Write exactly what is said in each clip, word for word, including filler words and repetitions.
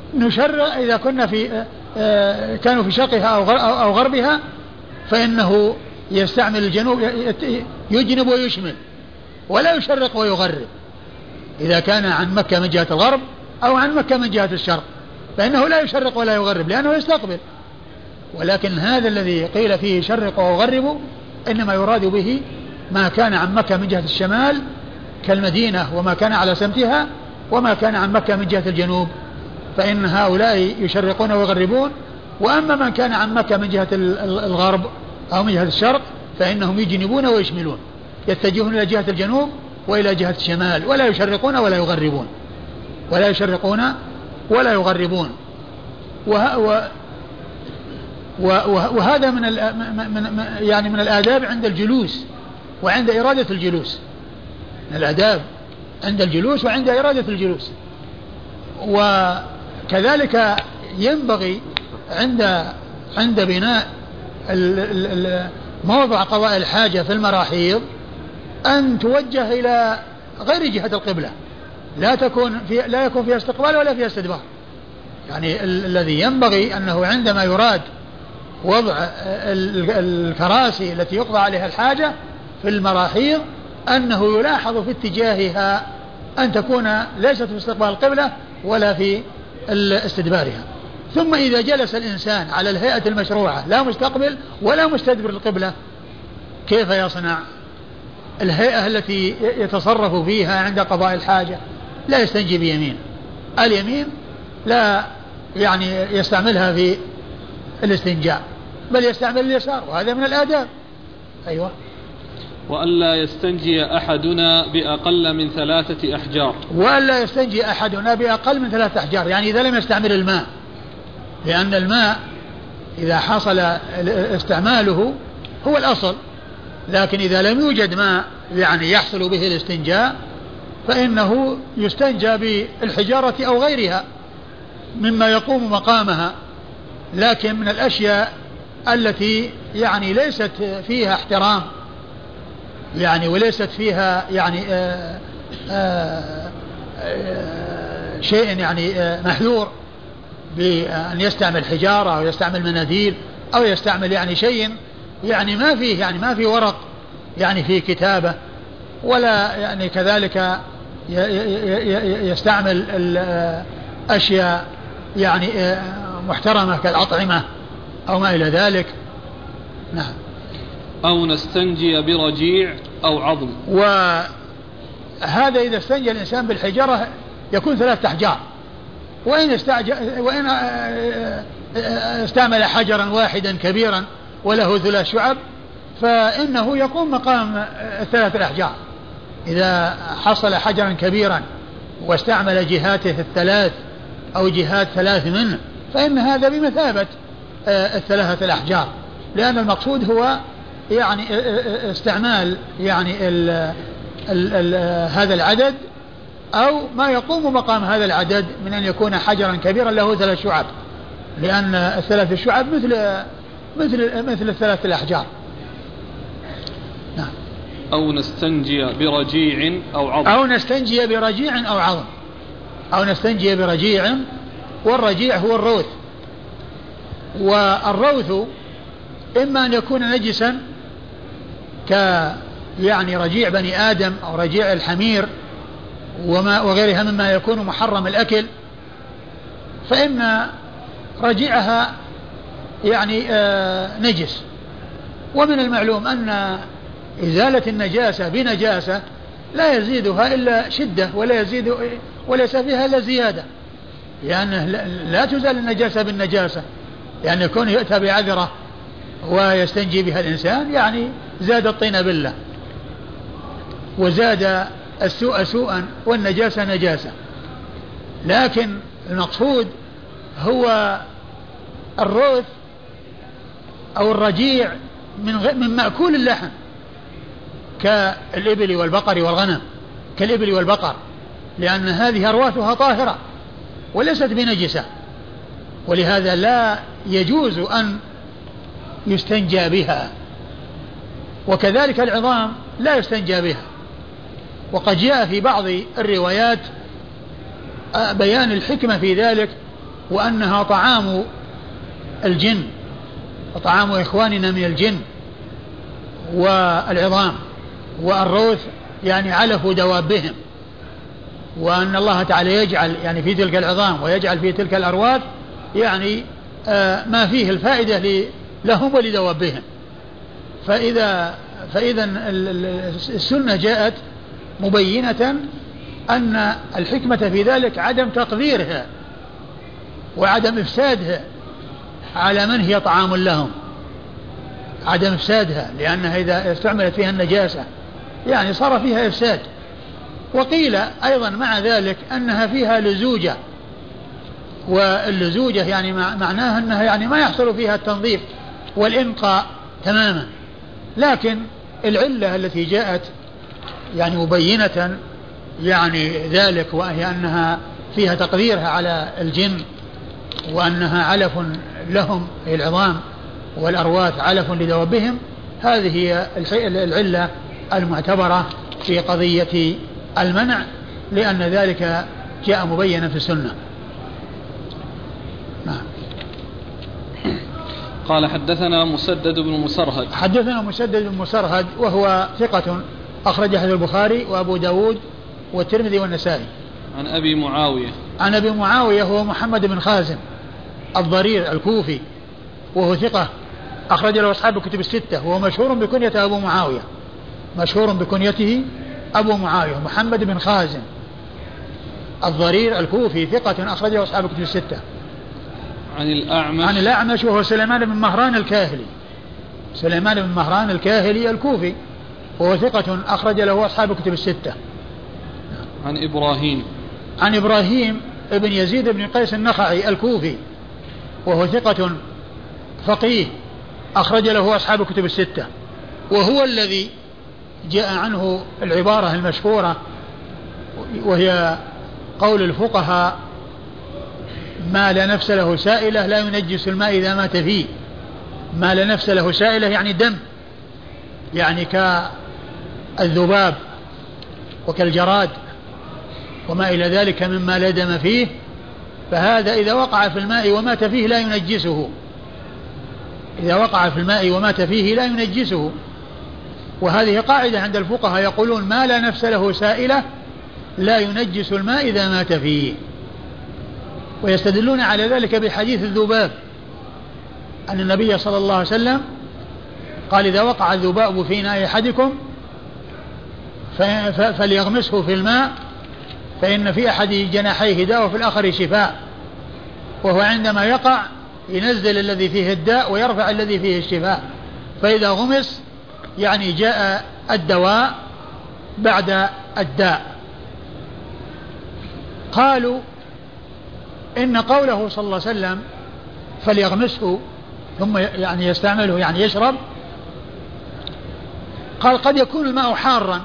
نشرق إذا كنا في كانوا في شرقها أو غربها فإنه يستعمل الجنوب يجنب ويشمل ولا يشرق ويغرب. إذا كان عن مكة من جهة الغرب أو عن مكة من جهة الشرق فإنه لا يشرق ولا يغرب لأنه يستقبل. ولكن هذا الذي قيل فيه شرق وغرب إنما يراد به ما كان عن مكة من جهة الشمال كالمدينة وما كان على سمتها، وما كان عن مكة من جهة الجنوب فإن هؤلاء يشرقون ويغربون. وأما من كان عن مكة من جهة الغرب أو من جهة الشرق فإنهم يجنبون ويشملون، يتجهون إلى جهة الجنوب وإلى جهة الشمال ولا يشرقون ولا يغربون ولا يشرقون ولا يغربون. وه و وهذا من, من يعني من الآداب عند الجلوس وعند إرادة الجلوس، من الآداب عند الجلوس وعند إرادة الجلوس. وكذلك ينبغي عند عند بناء موضع قضاء الحاجة في المراحيض أن توجه إلى غير جهة القبلة، لا تكون في لا يكون فيها استقبال ولا فيها استدبار. يعني ال- الذي ينبغي أنه عندما يراد وضع الكراسي التي يقضى عليها الحاجة في المراحيض أنه يلاحظ في اتجاهها أن تكون ليست في استقبال القبلة ولا في استدبارها. ثم إذا جلس الإنسان على الهيئة المشروعة لا مستقبل ولا مستدبر القبلة كيف يصنع؟ الهيئة التي يتصرف فيها عند قضاء الحاجة لا يستنجي بيمين، اليمين لا يعني يستعملها في الاستنجاء بل يستعمل اليسار، وهذا من الآداب. أيوة. وألا يستنجي أحدنا بأقل من ثلاثة أحجار وألا يستنجي أحدنا بأقل من ثلاثة أحجار، يعني إذا لم يستعمل الماء، لأن الماء إذا حصل استعماله هو الأصل، لكن إذا لم يوجد ماء يعني يحصل به الاستنجاء فإنه يستنجى بالحجارة أو غيرها مما يقوم مقامها، لكن من الأشياء التي يعني ليست فيها احترام يعني وليست فيها يعني آآ آآ آآ شيء يعني محذور بأن يستعمل حجارة أو يستعمل مناديل أو يستعمل يعني شيء يعني ما فيه يعني ما في ورق يعني في كتابة، ولا يعني كذلك يستعمل الأشياء يعني محترمة كالأطعمة أو ما إلى ذلك. نعم. أو نستنجي برجيع أو عظم. وهذا إذا استنجى الإنسان بالحجارة يكون ثلاثة أحجار، وإن, استعج... وإن استعمل حجرا واحدا كبيرا وله ثلاث شعب فإنه يقوم مقام الثلاث الأحجار. إذا حصل حجرا كبيرا واستعمل جهاته الثلاث أو جهات ثلاث منه فإن هذا بمثابة الثلاثة الأحجار، لأن المقصود هو يعني استعمال يعني ال ال ال هذا العدد أو ما يقوم مقام هذا العدد من أن يكون حجرا كبيرا له ثلاث شعب، لأن الثلاث الشعب مثل مثل مثل الثلاث الأحجار. نعم. أو نستنجي برجيع أو عظم. أو نستنجي برجيع أو عظم. أو نستنجي برجيع، والرجيع هو الروث، والروث إما أن يكون نجسا ك يعني رجيع بني آدم أو رجيع الحمير وما وغيرها مما يكون محرم الأكل، فإن رجيعها يعني آه نجس. ومن المعلوم أن إزالة النجاسة بنجاسة لا يزيدها إلا شدة ولا يزيد وليس فيها إلا زيادة، لأنه لا تزال النجاسة بالنجاسة، لأن يكون يؤتى بعذرة ويستنجي بها الإنسان يعني زاد الطين بالله وزاد السوء سوءا والنجاسة نجاسة. لكن المقصود هو الروث أو الرجيع من, من مأكول اللحم كالإبل والبقر والغنم، كالإبل والبقر، لأن هذه أرواثها طاهرة وليست بنجسة، ولهذا لا يجوز أن يستنجى بها. وكذلك العظام لا يستنجى بها، وقد جاء في بعض الروايات بيان الحكمة في ذلك، وأنها طعام الجن وطعام إخواننا من الجن والعظام، والروث يعني علف دوابهم، وأن الله تعالى يجعل يعني في تلك العظام ويجعل في تلك الأرواث يعني آه ما فيه الفائدة لهم ولدوابهم. فإذا فإذا السنة جاءت مبينة أن الحكمة في ذلك عدم تقديرها وعدم إفسادها على من هي طعام لهم، عدم إفسادها، لأنها إذا استعملت فيها النجاسة يعني صار فيها إفساد. وقيل أيضا مع ذلك أنها فيها لزوجة، واللزوجة يعني معناها أنها يعني ما يحصل فيها التنظيف والإنقاء تماما، لكن العلة التي جاءت يعني مبينة يعني ذلك، وهي أنها فيها تقديرها على الجن وأنها علف لهم أي العظام والأرواث علف لدوابهم، هذه هي العلة المعتبرة في قضية المنع، لأن ذلك جاء مبينا في السنة. نعم. قال حدثنا مسدد بن مسرهد. حدثنا مسدد بن مسرهد وهو ثقة أخرج حديث البخاري وأبو داود والترمذي والنسائي. عن أبي معاوية. عن أبي معاوية هو محمد بن خازم الضرير الكوفي وهو ثقة أخرج له أصحاب الكتب الستة، وهو مشهور بكنيته أبو معاوية، مشهور بكنيته أبو معاوية محمد بن خازم الضرير الكوفي ثقة أخرج له أصحاب الكتب الستة. عن الأعمش. عن الأعمش وهو سليمان بن مهران الكاهلي، سليمان بن مهران الكاهلي الكوفي وهو ثقة أخرج له أصحاب الكتب الستة. عن إبراهيم. عن إبراهيم ابن يزيد بن قيس النخعي الكوفي وهو ثقة فقيه أخرج له أصحاب الكتب الستة، وهو الذي جاء عنه العبارة المشهورة وهي قول الفقهاء: ما لا نفس له سائلة لا ينجس الماء إذا مات فيه. ما لا نفس له سائلة يعني دم، يعني كالذباب وكالجراد وما إلى ذلك مما لا دم فيه، فهذا إذا وقع في الماء ومات فيه لا ينجسه، إذا وقع في الماء ومات فيه لا ينجسه. وهذه قاعدة عند الفقهاء يقولون: ما لا نفس له سائلة لا ينجس الماء إذا مات فيه. ويستدلون على ذلك بحديث الذباب أن النبي صلى الله عليه وسلم قال: إذا وقع الذباب في إناء أحدكم فليغمسه في الماء فإن في أحد جناحيه داء وفي الآخر شفاء. وهو عندما يقع ينزل الذي فيه الداء ويرفع الذي فيه الشفاء، فإذا غمس يعني جاء الدواء بعد الداء. قالوا إن قوله صلى الله عليه وسلم فليغمسه ثم يعني يستعمله يعني يشرب، قال قد يكون الماء حارا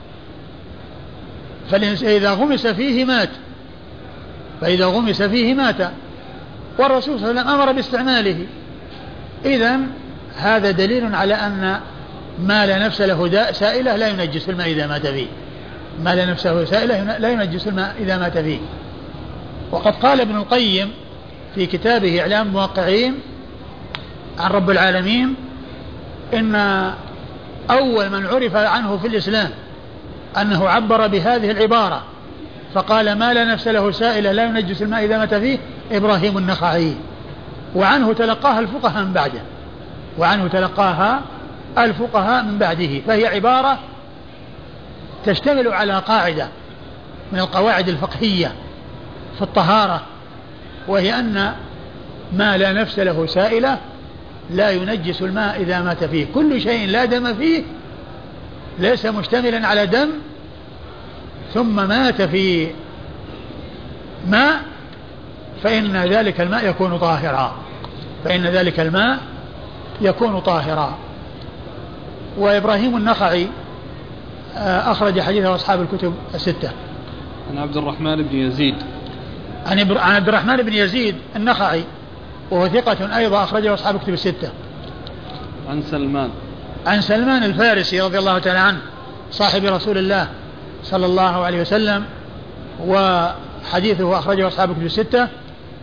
فإذا غمس فيه مات، فإذا غمس فيه مات، والرسول صلى الله عليه وسلم أمر باستعماله. إذن هذا دليل على أن ما لا نفس له داء سائلة لا ينجس الماء إذا مات فيه، ما لا نفس له سائلة لا ينجس الماء إذا مات فيه. وقد قال ابن القيم في كتابه إعلام الموقعين عن رب العالمين إن أول من عرف عنه في الإسلام أنه عبر بهذه العبارة فقال: ما لا نفس له سائلة لا ينجس الماء إذا مات فيه، إبراهيم النخعي. وعنه تلقاها الفقهاء من بعده، وعنه تلقاها الفقهاء من بعده، فهي عبارة تشتمل على قاعدة من القواعد الفقهية في الطهارة، وهي أن ما لا نفس له سائلة لا ينجس الماء إذا مات فيه. كل شيء لا دم فيه ليس مشتملا على دم ثم مات في ماء فإن ذلك الماء يكون طاهرا، فإن ذلك الماء يكون طاهرا. وإبراهيم النخعي أخرج حديثه أصحاب الكتب الستة. عن عبد الرحمن بن يزيد. عن عبد الرحمن بن يزيد النخعي وهو ثقة أيضا أخرجه أصحاب الكتب الستة. عن سلمان. عن سلمان الفارسي رضي الله تعالى عنه صاحب رسول الله صلى الله عليه وسلم، وحديثه أخرجه أصحاب الكتب الستة.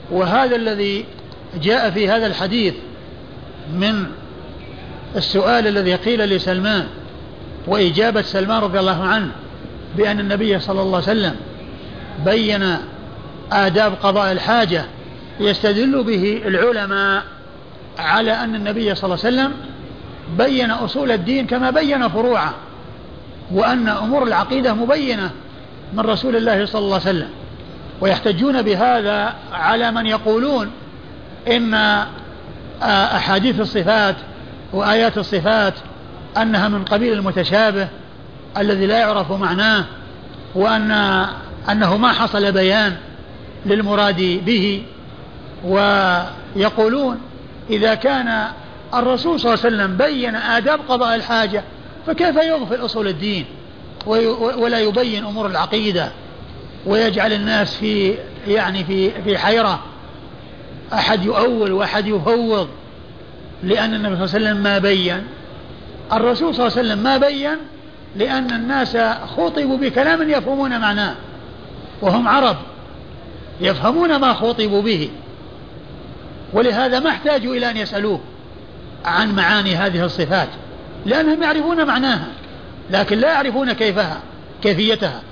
وهذا الذي جاء في هذا الحديث من السؤال الذي قيل لسلمان وإجابة سلمان رضي الله عنه بأن النبي صلى الله عليه وسلم بين آداب قضاء الحاجة، يستدل به العلماء على أن النبي صلى الله عليه وسلم بين أصول الدين كما بين فروعه، وأن أمور العقيدة مبينة من رسول الله صلى الله عليه وسلم. ويحتجون بهذا على من يقولون إن أحاديث الصفات وآيات الصفات أنها من قبيل المتشابه الذي لا يعرف معناه، وأن أنه ما حصل بيان للمراد به. ويقولون إذا كان الرسول صلى الله عليه وسلم بين آداب قضاء الحاجة فكيف يغفل أصول الدين ولا يبين أمور العقيدة ويجعل الناس في يعني في في حيرة، أحد يؤول وأحد يفوض، لأن النبي صلى الله عليه وسلم ما بين، الرسول صلى الله عليه وسلم ما بين، لأن الناس خطبوا بكلام يفهمون معناه، وهم عرب يفهمون ما خطبوا به، ولهذا ما احتاجوا إلى أن يسألوه عن معاني هذه الصفات، لأنهم يعرفون معناها لكن لا يعرفون كيفها كيفيتها.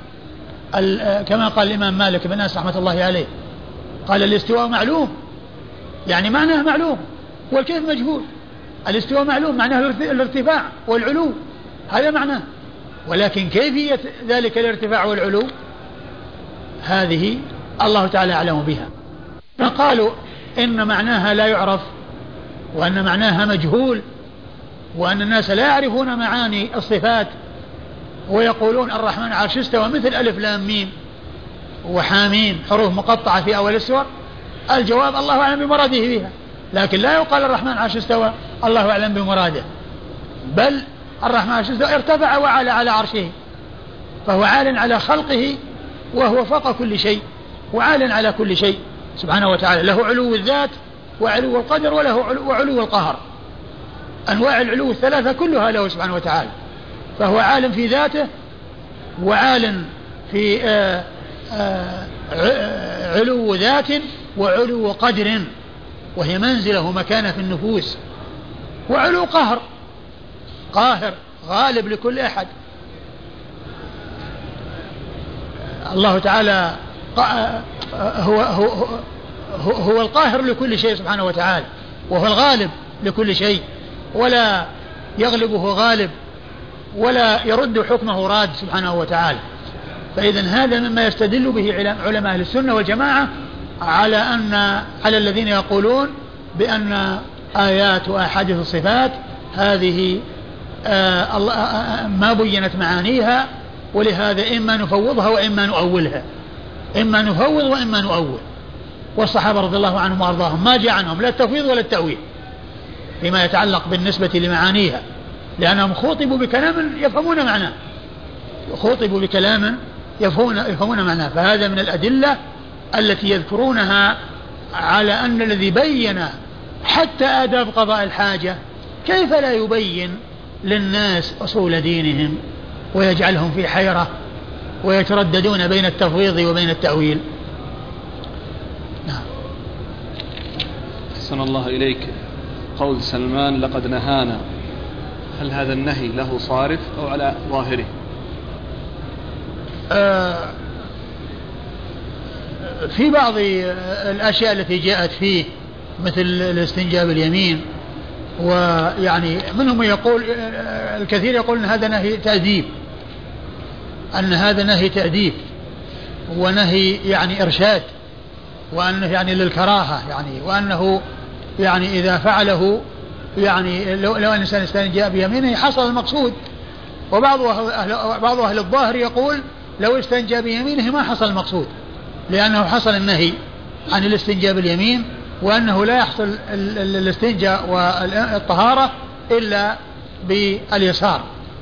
كما قال الإمام مالك بن أنس رحمة الله عليه، قال الاستواء معلوم، يعني معناه معلوم، والكيف مجهول. الاستواء معلوم معناه الارتفاع والعلو، هذا معناه، ولكن كيفية ذلك الارتفاع والعلو هذه الله تعالى أعلم بها. فقالوا إن معناها لا يعرف، وأن معناها مجهول، وأن الناس لا يعرفون معاني الصفات، ويقولون الرحمن عرش استوى مثل ألف لام ميم وحامين حروف مقطعة في أول السور. الجواب الله أعلم بمراده بها، لكن لا يقال الرحمن عرش استوى الله أعلم بمراده، بل الرحمن عرش استوى ارتفع وعلى على عرشه، فهو عال على خلقه وهو فوق كل شيء وعال على كل شيء سبحانه وتعالى، له علو الذات وعلو القدر وله علو وعلو القهر، أنواع العلو الثلاثة كلها له سبحانه وتعالى، فهو عالم في ذاته وعالم في آآ آآ علو ذات وعلو قدر، وهي منزله مكانه في النفوس، وعلو قهر، قاهر غالب لكل أحد. الله تعالى هو, هو, هو, هو القاهر لكل شيء سبحانه وتعالى، وهو الغالب لكل شيء، ولا يغلبه غالب ولا يرد حكمه راد سبحانه وتعالى. فإذن هذا مما يستدل به علماء أهل السنة والجماعة على أن على الذين يقولون بأن آيات وأحاديث الصفات هذه آه آه ما بينت معانيها، ولهذا إما نفوضها وإما نؤولها، إما نفوض وإما نؤول. والصحابة رضي الله عنهم وأرضاهم ما جاء عنهم لا التفويض ولا التأويل فيما يتعلق بالنسبة لمعانيها، لأنهم خوطبوا بكلام يفهمون معناه، خوطبوا بكلام يفهمون, يفهمون معناه. فهذا من الأدلة التي يذكرونها على أن الذي بين حتى آداب قضاء الحاجة كيف لا يبين للناس أصول دينهم ويجعلهم في حيرة ويترددون بين التفويض وبين التأويل. نعم. أحسن الله إليك. قول سلمان لقد نهانا، هل هذا النهي له صارف أو على ظاهره؟ آه في بعض الأشياء التي جاءت فيه مثل الاستنجاب اليمين، ويعني منهم يقول الكثير يقول أن هذا نهي تأديب، أن هذا نهي تأديب ونهي يعني إرشاد، وأنه يعني للكراهة يعني، وأنه يعني إذا فعله يعني لو, لو أن الإنسان استنجى بيمينه حصل المقصود. وبعض أهل, بعض أهل الظاهر يقول لو استنجى بيمينه ما حصل المقصود، لأنه حصل النهي عن الاستنجاء باليمين، وأنه لا يحصل الاستنجاء والطهارة إلا باليسار.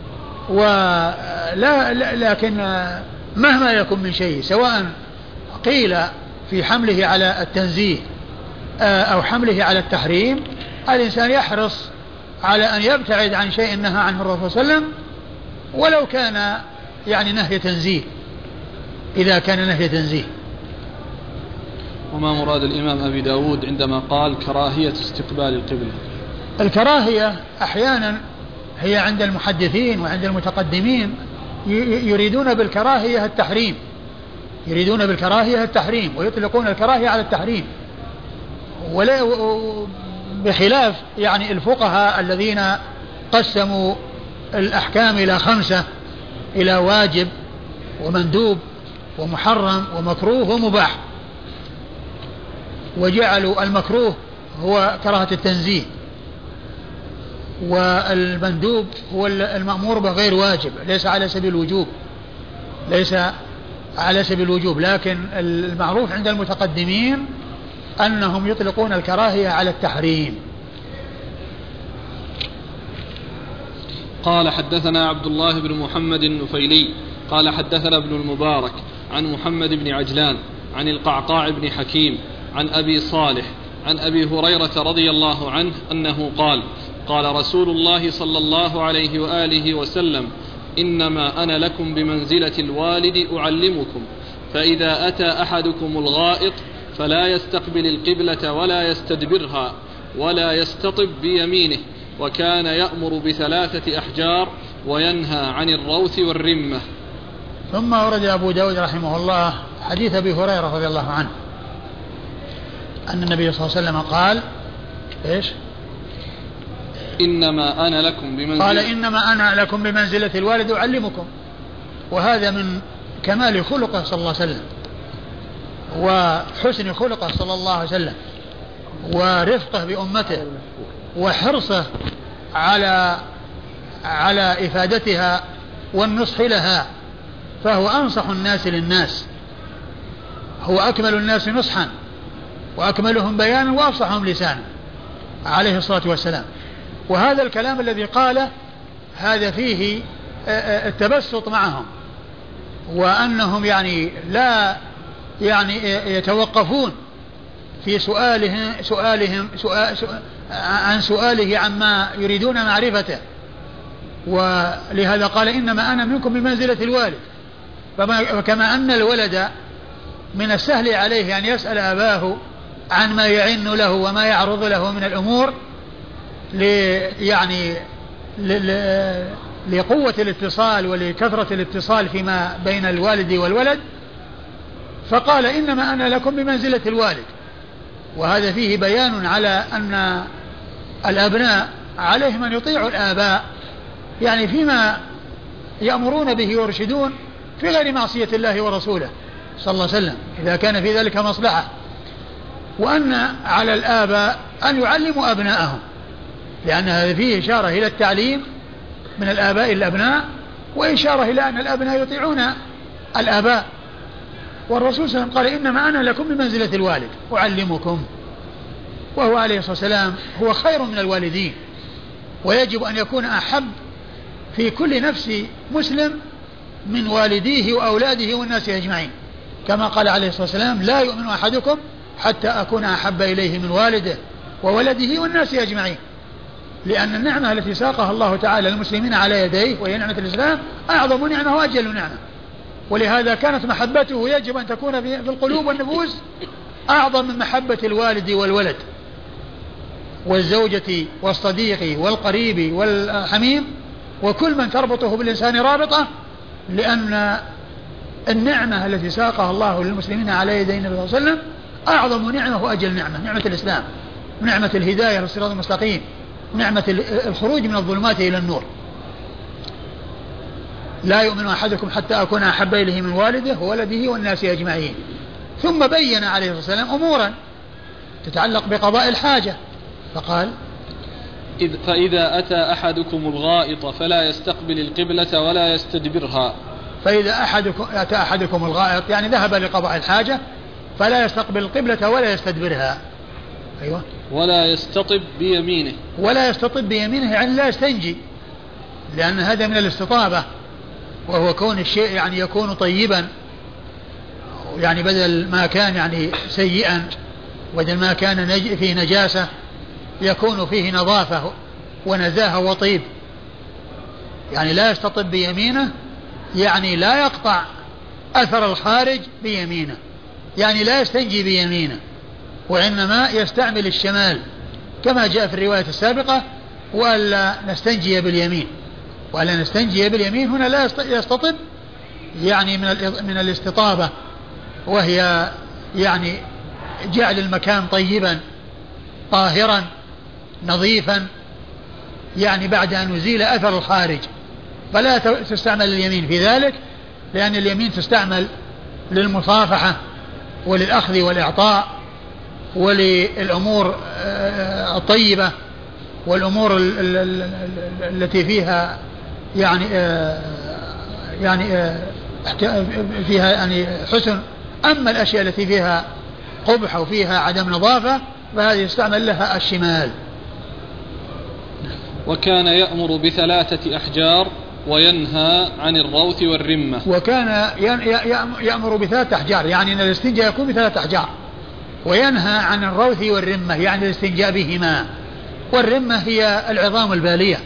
ولا لكن مهما يكن من شيء سواء قيل في حمله على التنزيه أو حمله على التحريم، الإنسان يحرص على أن يبتعد عن شيء نهى عنه الرسول صلى الله عليه وسلم ولو كان يعني نهي تنزيه، إذا كان نهي تنزيه. وما مراد الإمام أبي داود عندما قال كراهية استقبال القبلة؟ الكراهية أحيانا هي عند المحدثين وعند المتقدمين يريدون بالكراهية التحريم، يريدون بالكراهية التحريم ويطلقون الكراهية على التحريم، ولا بخلاف يعني الفقهاء الذين قسموا الأحكام إلى خمسة، إلى واجب ومندوب ومحرم ومكروه ومباح، وجعلوا المكروه هو كراهة التنزيه، والمندوب هو المأمور به غير واجب، ليس على سبيل الوجوب، ليس على سبيل الوجوب، لكن المعروف عند المتقدمين أنهم يطلقون الكراهية على التحريم. قال حدثنا عبد الله بن محمد النفيلي قال حدثنا ابن المبارك عن محمد بن عجلان عن القعقاع بن حكيم عن أبي صالح عن أبي هريرة رضي الله عنه أنه قال قال رسول الله صلى الله عليه وآله وسلم إنما أنا لكم بمنزلة الوالد أعلمكم، فإذا أتى أحدكم الغائط فلا يستقبل القبلة ولا يستدبرها ولا يستطب بيمينه، وكان يأمر بثلاثة أحجار وينهى عن الروث والرمة. ثم ورد أبو داود رحمه الله حديث أبي هريرة رضي الله عنه أن النبي صلى الله عليه وسلم قال إيش؟ إنما أنا لكم بمنزلة قال إنما أنا لكم بمنزلة الوالد أعلمكم، وهذا من كمال خلقه صلى الله عليه وسلم وحسن خلقه صلى الله عليه وسلم ورفقه بأمته وحرصه على على إفادتها والنصح لها، فهو أنصح الناس للناس، هو أكمل الناس نصحا وأكملهم بيانا وأفصحهم لسانا عليه الصلاة والسلام. وهذا الكلام الذي قاله هذا فيه التبسط معهم، وأنهم يعني لا يعني يتوقفون في سؤالهم سؤالهم سؤال سؤال عن سؤاله عما يريدون معرفته، ولهذا قال إنما أنا منكم بمنزلة الوالد. وكما أن الولد من السهل عليه أن يسأل أباه عن ما يعن له وما يعرض له من الأمور يعني لقوة الاتصال ولكثرة الاتصال فيما بين الوالد والولد، فقال إنما أنا لكم بمنزلة الوالد. وهذا فيه بيان على أن الأبناء عليهم أن يطيعوا الآباء يعني فيما يأمرون به ويرشدون في غير معصية الله ورسوله صلى الله عليه وسلم إذا كان في ذلك مصلحة، وأن على الآباء أن يعلموا أبناءهم، لأن هذا فيه إشارة إلى التعليم من الآباء الأبناء، وإشارة إلى أن الأبناء يطيعون الآباء. والرسول صلى الله عليه وسلم قال إنما أنا لكم بمنزلة الوالد أعلمكم، وهو عليه الصلاة والسلام هو خير من الوالدين، ويجب أن يكون أحب في كل نفس مسلم من والديه وأولاده والناس أجمعين، كما قال عليه الصلاة والسلام لا يؤمن أحدكم حتى أكون أحب إليه من والده وولده والناس أجمعين، لأن النعمة التي ساقها الله تعالى للمسلمين على يديه وهي نعمة الإسلام أعظم نعمة وأجل نعمة، ولهذا كانت محبته يجب أن تكون في القلوب والنفوس أعظم من محبة الوالد والولد والزوجة والصديق والقريب والحميم وكل من تربطه بالإنسان رابطة، لأن النعمة التي ساقها الله للمسلمين على يدي النبي صلى الله عليه وسلم أعظم نعمة وأجل نعمة، نعمة الإسلام، نعمة الهداية للصراط المستقيم، نعمة الخروج من الظلمات إلى النور. لا يؤمن أحدكم حتى أكون أحب إليه من والده وولده والناس أجمعين. ثم بين عليه الصلاة والسلام أمورا تتعلق بقضاء الحاجة فقال فإذا أتى أحدكم الغائط فلا يستقبل القبلة ولا يستدبرها. فإذا أحدكم أتى أحدكم الغائط يعني ذهب لقضاء الحاجة فلا يستقبل القبلة ولا يستدبرها. أيوة. ولا يستطب بيمينه. ولا يستطب بيمينه يعني لا يستنجي، لأن هذا من الاستطابة، وهو كون الشيء يعني يكون طيبا، يعني بدل ما كان يعني سيئا، بدل ما كان نج... فيه نجاسة يكون فيه نظافة ونزاهة وطيب. يعني لا يستطب بيمينه يعني لا يقطع أثر الخارج بيمينه، يعني لا يستنجي بيمينه، وإنما يستعمل الشمال كما جاء في الرواية السابقة، وألا نستنجي باليمين. وألا نستنجي باليمين هنا لا يستطب يعني من من الاستطابة، وهي يعني جعل المكان طيبا طاهرا نظيفا، يعني بعد أن يزيل أثر الخارج، فلا تستعمل اليمين في ذلك، لأن اليمين تستعمل للمصافحة وللأخذ والإعطاء وللأمور الطيبة والأمور التي فيها يعني يعني فيها يعني حسن. أما الأشياء التي فيها قبح وفيها عدم نظافة فهذه يستعمل لها الشمال. وكان يأمر بثلاثة أحجار وينهى عن الروث والرمة. وكان يأمر بثلاثة أحجار، يعني أن الاستنجاء يكون بثلاثة أحجار، وينهى عن الروث والرمة يعني الاستنجاء بهما. والرمة هي العظام البالية.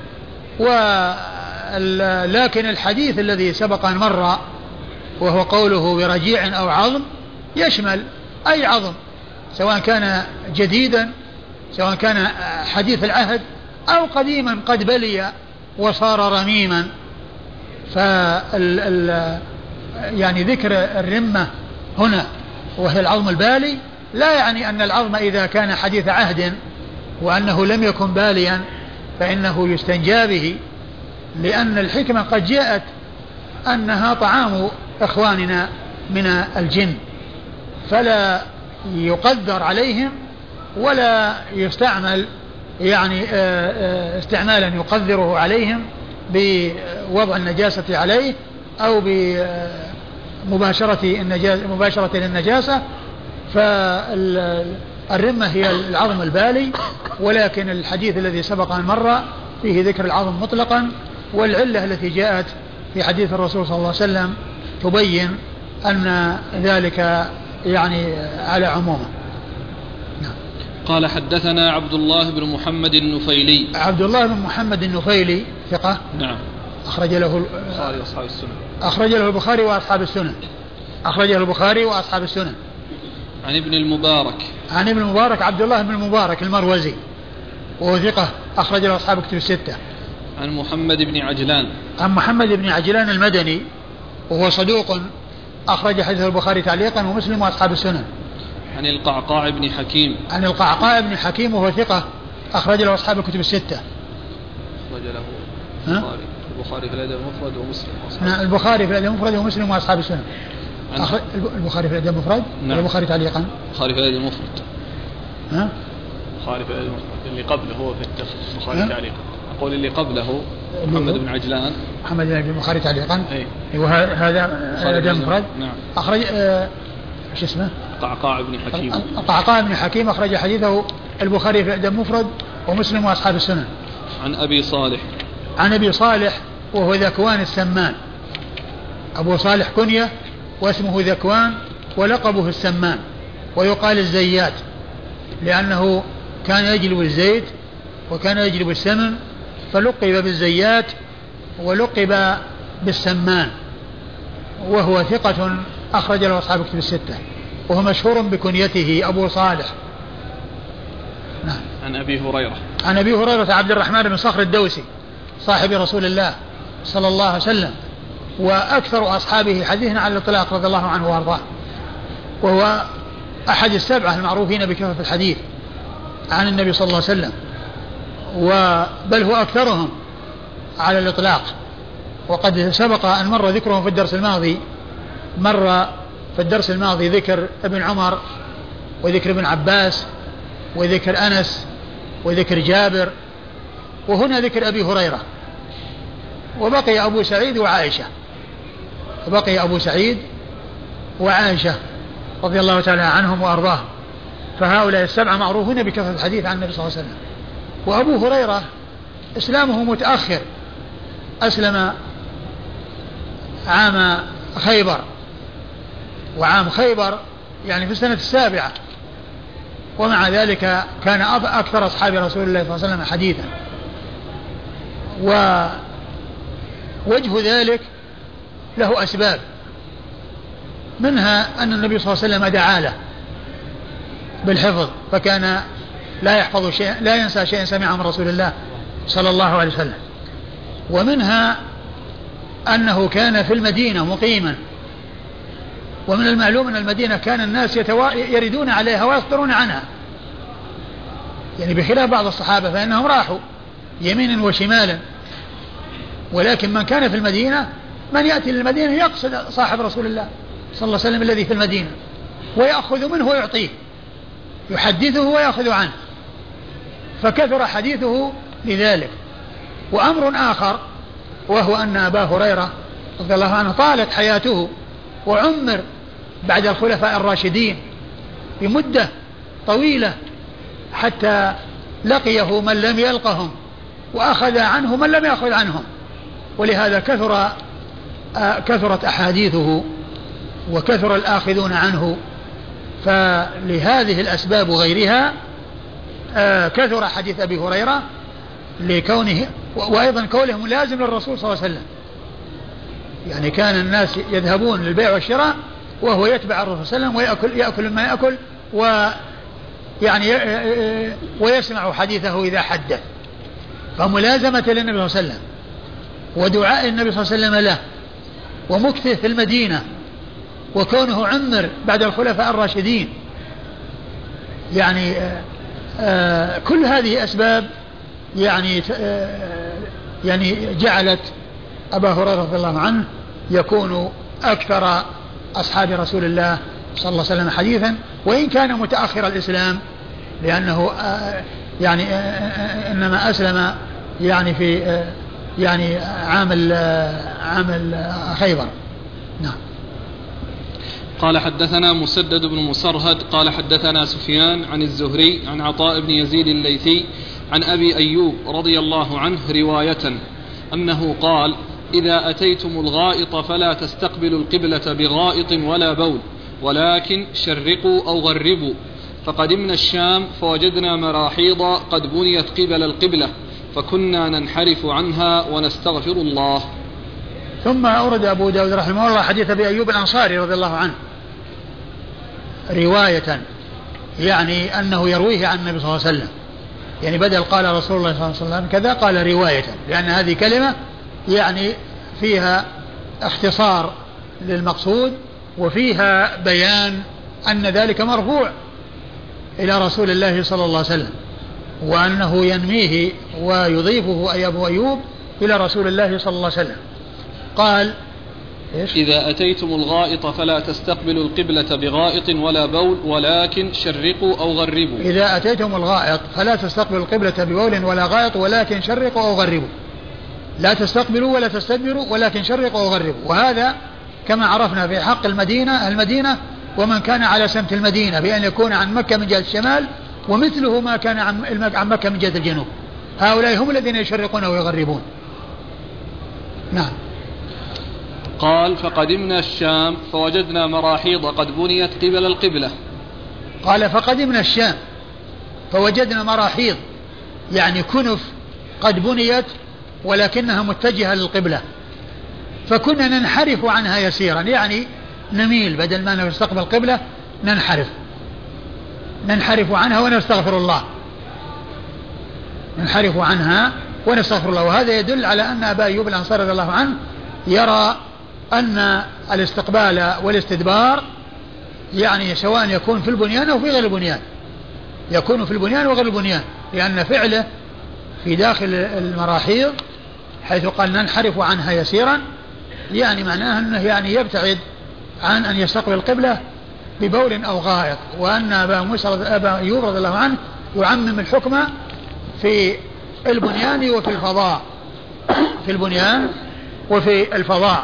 ولكن الحديث الذي سبق أن مر وهو قوله برجيع أو عظم يشمل أي عظم، سواء كان جديدا سواء كان حديث العهد أو قديما قد بلي وصار رميما. فال يعني ذكر الرمة هنا وهي العظم البالي لا يعني أن العظم إذا كان حديث عهد وأنه لم يكن باليا فإنه يستنجى به، لأن الحكمة قد جاءت أنها طعام إخواننا من الجن، فلا يقدر عليهم ولا يستعمل يعني استعمالا يقدره عليهم بوضع النجاسة عليه أو بمباشرة النجاسة مباشرة للنجاسة. فالرمة هي العظم البالي، ولكن الحديث الذي سبق أن مر فيه ذكر العظم مطلقا، والعلة التي جاءت في حديث الرسول صلى الله عليه وسلم تبين أن ذلك يعني على عمومه. قال حدثنا عبد الله بن محمد النفيلي. عبد الله بن محمد النفيلي ثقة. نعم. أخرج له البخاري وأصحاب السنن. أخرج له البخاري وأصحاب السنن. أخرج له البخاري وأصحاب السنن. عن ابن المبارك. عن ابن المبارك عبد الله بن المبارك المروزي وهو ثقة أخرج له أصحاب كتب الستة. عن محمد بن عجلان. عن محمد بن عجلان المدني وهو صدوق أخرج حديث البخاري تعليقا ومسلم وأصحاب السنن. عن القعقاع بن حكيم. عن القعقاع بن حكيم وهو ثقة أخرج له أصحاب الكتب الستة. أخرج له البخاري البخاري في الأدب المفرد ومسلم. نعم البخاري في الأدب المفرد ومسلم وأصحاب السنن. أخرج البخاري في الأدب المفرد. نعم. البخاري تعليقا. البخاري في الأدب المفرد. ها؟ البخاري في الأدب المفرد اللي قبله هو في البخاري تعليقا. أقول اللي قبله محمد بن عجلان. محمد بن البخاري تعليقا. أي. وهذا الأدب المفرد. نعم. أخرج آه شو اسمه؟ القعقاع بن حكيم. القعقاع بن حكيم أخرج حديثه البخاري في الأدب المفرد ومسلم وأصحاب السنن. عن أبي صالح. عن أبي صالح وهو ذكوان السمان. أبو صالح كنية واسمه ذكوان ولقبه السمان، ويقال الزيات لأنه كان يجلب الزيت وكان يجلب السمن فلقب بالزيات ولقب بالسمان، وهو ثقة أخرج له أصحاب كتب الستة، وهو مشهور بكنيته أبو صالح. نعم. عن أبي هريرة. عن أبي هريرة عبد الرحمن بن صخر الدوسي صاحب رسول الله صلى الله عليه وسلم، وأكثر أصحابه حديثا على الإطلاق رضي الله عنه وأرضاه، وهو أحد السبعة المعروفين بكثرة الحديث عن النبي صلى الله عليه وسلم، بل هو أكثرهم على الإطلاق. وقد سبق أن مر ذكرهم في الدرس الماضي، مر في الدرس الماضي ذكر ابن عمر وذكر ابن عباس وذكر أنس وذكر جابر، وهنا ذكر أبي هريرة، وبقي أبو سعيد وعائشة وبقي أبو سعيد وعائشة رضي الله تعالى عنهم وأرضاهم. فهؤلاء السبعة معروفون بكثرة الحديث عن النبي صلى الله عليه وسلم. وأبو هريرة إسلامه متأخر، أسلم عام خيبر، وعام خيبر يعني في السنة السابعة، ومع ذلك كان أكثر أصحاب رسول الله صلى الله عليه وسلم حديثا. ووجه ذلك له أسباب، منها أن النبي صلى الله عليه وسلم دعا له بالحفظ، فكان لا يحفظ شيء، لا ينسى شيئا سمعه من رسول الله صلى الله عليه وسلم. ومنها أنه كان في المدينة مقيما، ومن المعلوم أن المدينة كان الناس يتوا... يردون عليها ويصدرون عنها، يعني بخلاف بعض الصحابة فإنهم راحوا يمينا وشمالا، ولكن من كان في المدينة من يأتي للمدينة يقصد صاحب رسول الله صلى الله عليه وسلم الذي في المدينة ويأخذ منه ويعطيه، يحدثه ويأخذ عنه، فكثر حديثه لذلك. وأمر آخر وهو أن أبا هريرة رضي الله عنه طالت حياته وعمر بعد الخلفاء الراشدين بمدة طويلة حتى لقيه من لم يلقهم وأخذ عنه من لم يأخذ عنهم، ولهذا كثر كثرت أحاديثه وكثر الآخذون عنه. فلهذه الأسباب وغيرها كثر حديث أبي هريرة لكونه، وأيضا كونه ملازم للرسول صلى الله عليه وسلم، يعني كان الناس يذهبون للبيع والشراء وهو يتبع الرسول صلى الله عليه وسلم ويأكل يأكل ما يأكل ويعني ويسمع حديثه إذا حدث، فملازمة للنبي صلى الله عليه وسلم ودعاء النبي صلى الله عليه وسلم له ومكثه في المدينة وكونه عمر بعد الخلفاء الراشدين، يعني آآ آآ كل هذه أسباب يعني يعني جعلت أبا هريرة رضي الله عنه يكون أكثر أصحاب رسول الله صلى الله عليه وسلم حديثا، وإن كان متأخر الإسلام، لأنه يعني إنما أسلم يعني في يعني عام عام خيبر. نعم. قال حدثنا مسدد بن مسرهد قال حدثنا سفيان عن الزهري عن عطاء بن يزيد الليثي عن أبي أيوب رضي الله عنه رواية أنه قال: إذا أتيتم الغائط فلا تستقبلوا القبلة بغائط ولا بول، ولكن شرقوا أو غربوا. فقدمنا الشام فوجدنا مراحيض قد بنيت قبل القبلة، فكنا ننحرف عنها ونستغفر الله. ثم أورد أبو داود رحمه الله حديث أبي أيوب الأنصاري رضي الله عنه رواية، يعني أنه يرويه عن النبي صلى الله عليه وسلم، يعني بدل قال رسول الله صلى الله عليه وسلم كذا قال رواية، لأن هذه كلمة يعني فيها اختصار للمقصود وفيها بيان أن ذلك مرفوع إلى رسول الله صلى الله عليه وسلم، وأنه ينميه ويضيفه أي أبو أيوب إلى رسول الله صلى الله عليه وسلم. قال: إيش؟ إذا أتيتم الغائط فلا تستقبلوا القبلة بغائط ولا بول، ولكن شرقوا أو غربوا. إذا أتيتم الغائط فلا تستقبلوا القبلة ببول ولا غائط، ولكن شرقوا أو غربوا. لا تستقبلوا ولا تستدبروا، ولكن شرقوا أو غربوا. وهذا كما عرفنا في حق المدينة المدينة ومن كان على سمت المدينة بأن يكون عن مكة من جهة الشمال، ومثله ما كان عن مكة من جهة الجنوب، هؤلاء هم الذين يشرقون ويغربون. نعم. قال: فقدمنا الشام فوجدنا مراحيض قد بنيت قبل القبلة. قال: فقدمنا الشام فوجدنا مراحيض، يعني كنف قد بنيت ولكنها متجهة للقبلة، فكنا ننحرف عنها يسيرا، يعني نميل بدل ما نستقبل القبلة ننحرف ننحرف عنها ونستغفر الله ننحرف عنها ونستغفر الله. وهذا يدل على أن أبا أيوب الأنصاري رضي الله عنه يرى أن الاستقبال والاستدبار يعني سواء يكون في البنيان أو في غير البنيان، يكون في البنيان وغير البنيان، لأن فعله في داخل المراحيض حيث قال ننحرف عنها يسيرا، يعني معناه أنه يعني يبتعد عن أن يستقبل القبلة ببول أو غائط. وأن أبا موسى أبا أيوب رضي الله عنه يعمم الحكم في البنيان وفي الفضاء، في البنيان وفي الفضاء.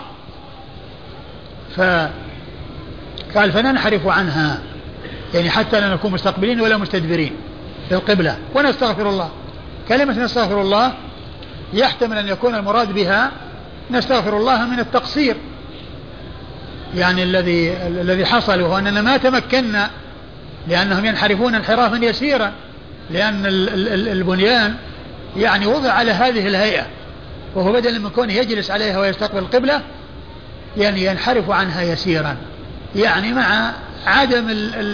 فقال فننحرف عنها، يعني حتى لا نكون مستقبلين ولا مستدبرين للقبلة ونستغفر الله. كلمة نستغفر الله يحتمل أن يكون المراد بها نستغفر الله من التقصير، يعني الذي الذي حصل وهو أننا ما تمكنا، لأنهم ينحرفون انحرافا يسيرا، لأن البنيان يعني وضع على هذه الهيئة، وهو بدل من كونه يجلس عليها ويستقبل القبلة يعني ينحرف عنها يسيرا، يعني مع عدم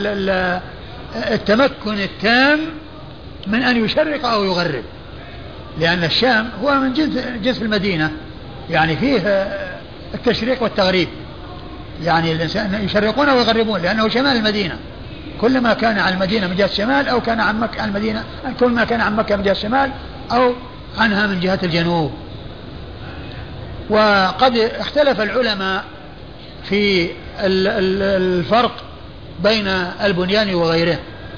التمكن التام من أن يشرق أو يغرب، لأن الشام هو من جنس, جنس المدينة، يعني فيه التشريق والتغريب، يعني الإنسان يشرقون ويغربون لأنه شمال المدينة، كل ما كان عن المدينة من جهة الشمال أو كان عن مكة عن المدينة، كل ما كان عن مكة من جهة الشمال أو عنها من جهة الجنوب. وقد اختلف العلماء في الفرق بين البنيان وغيره،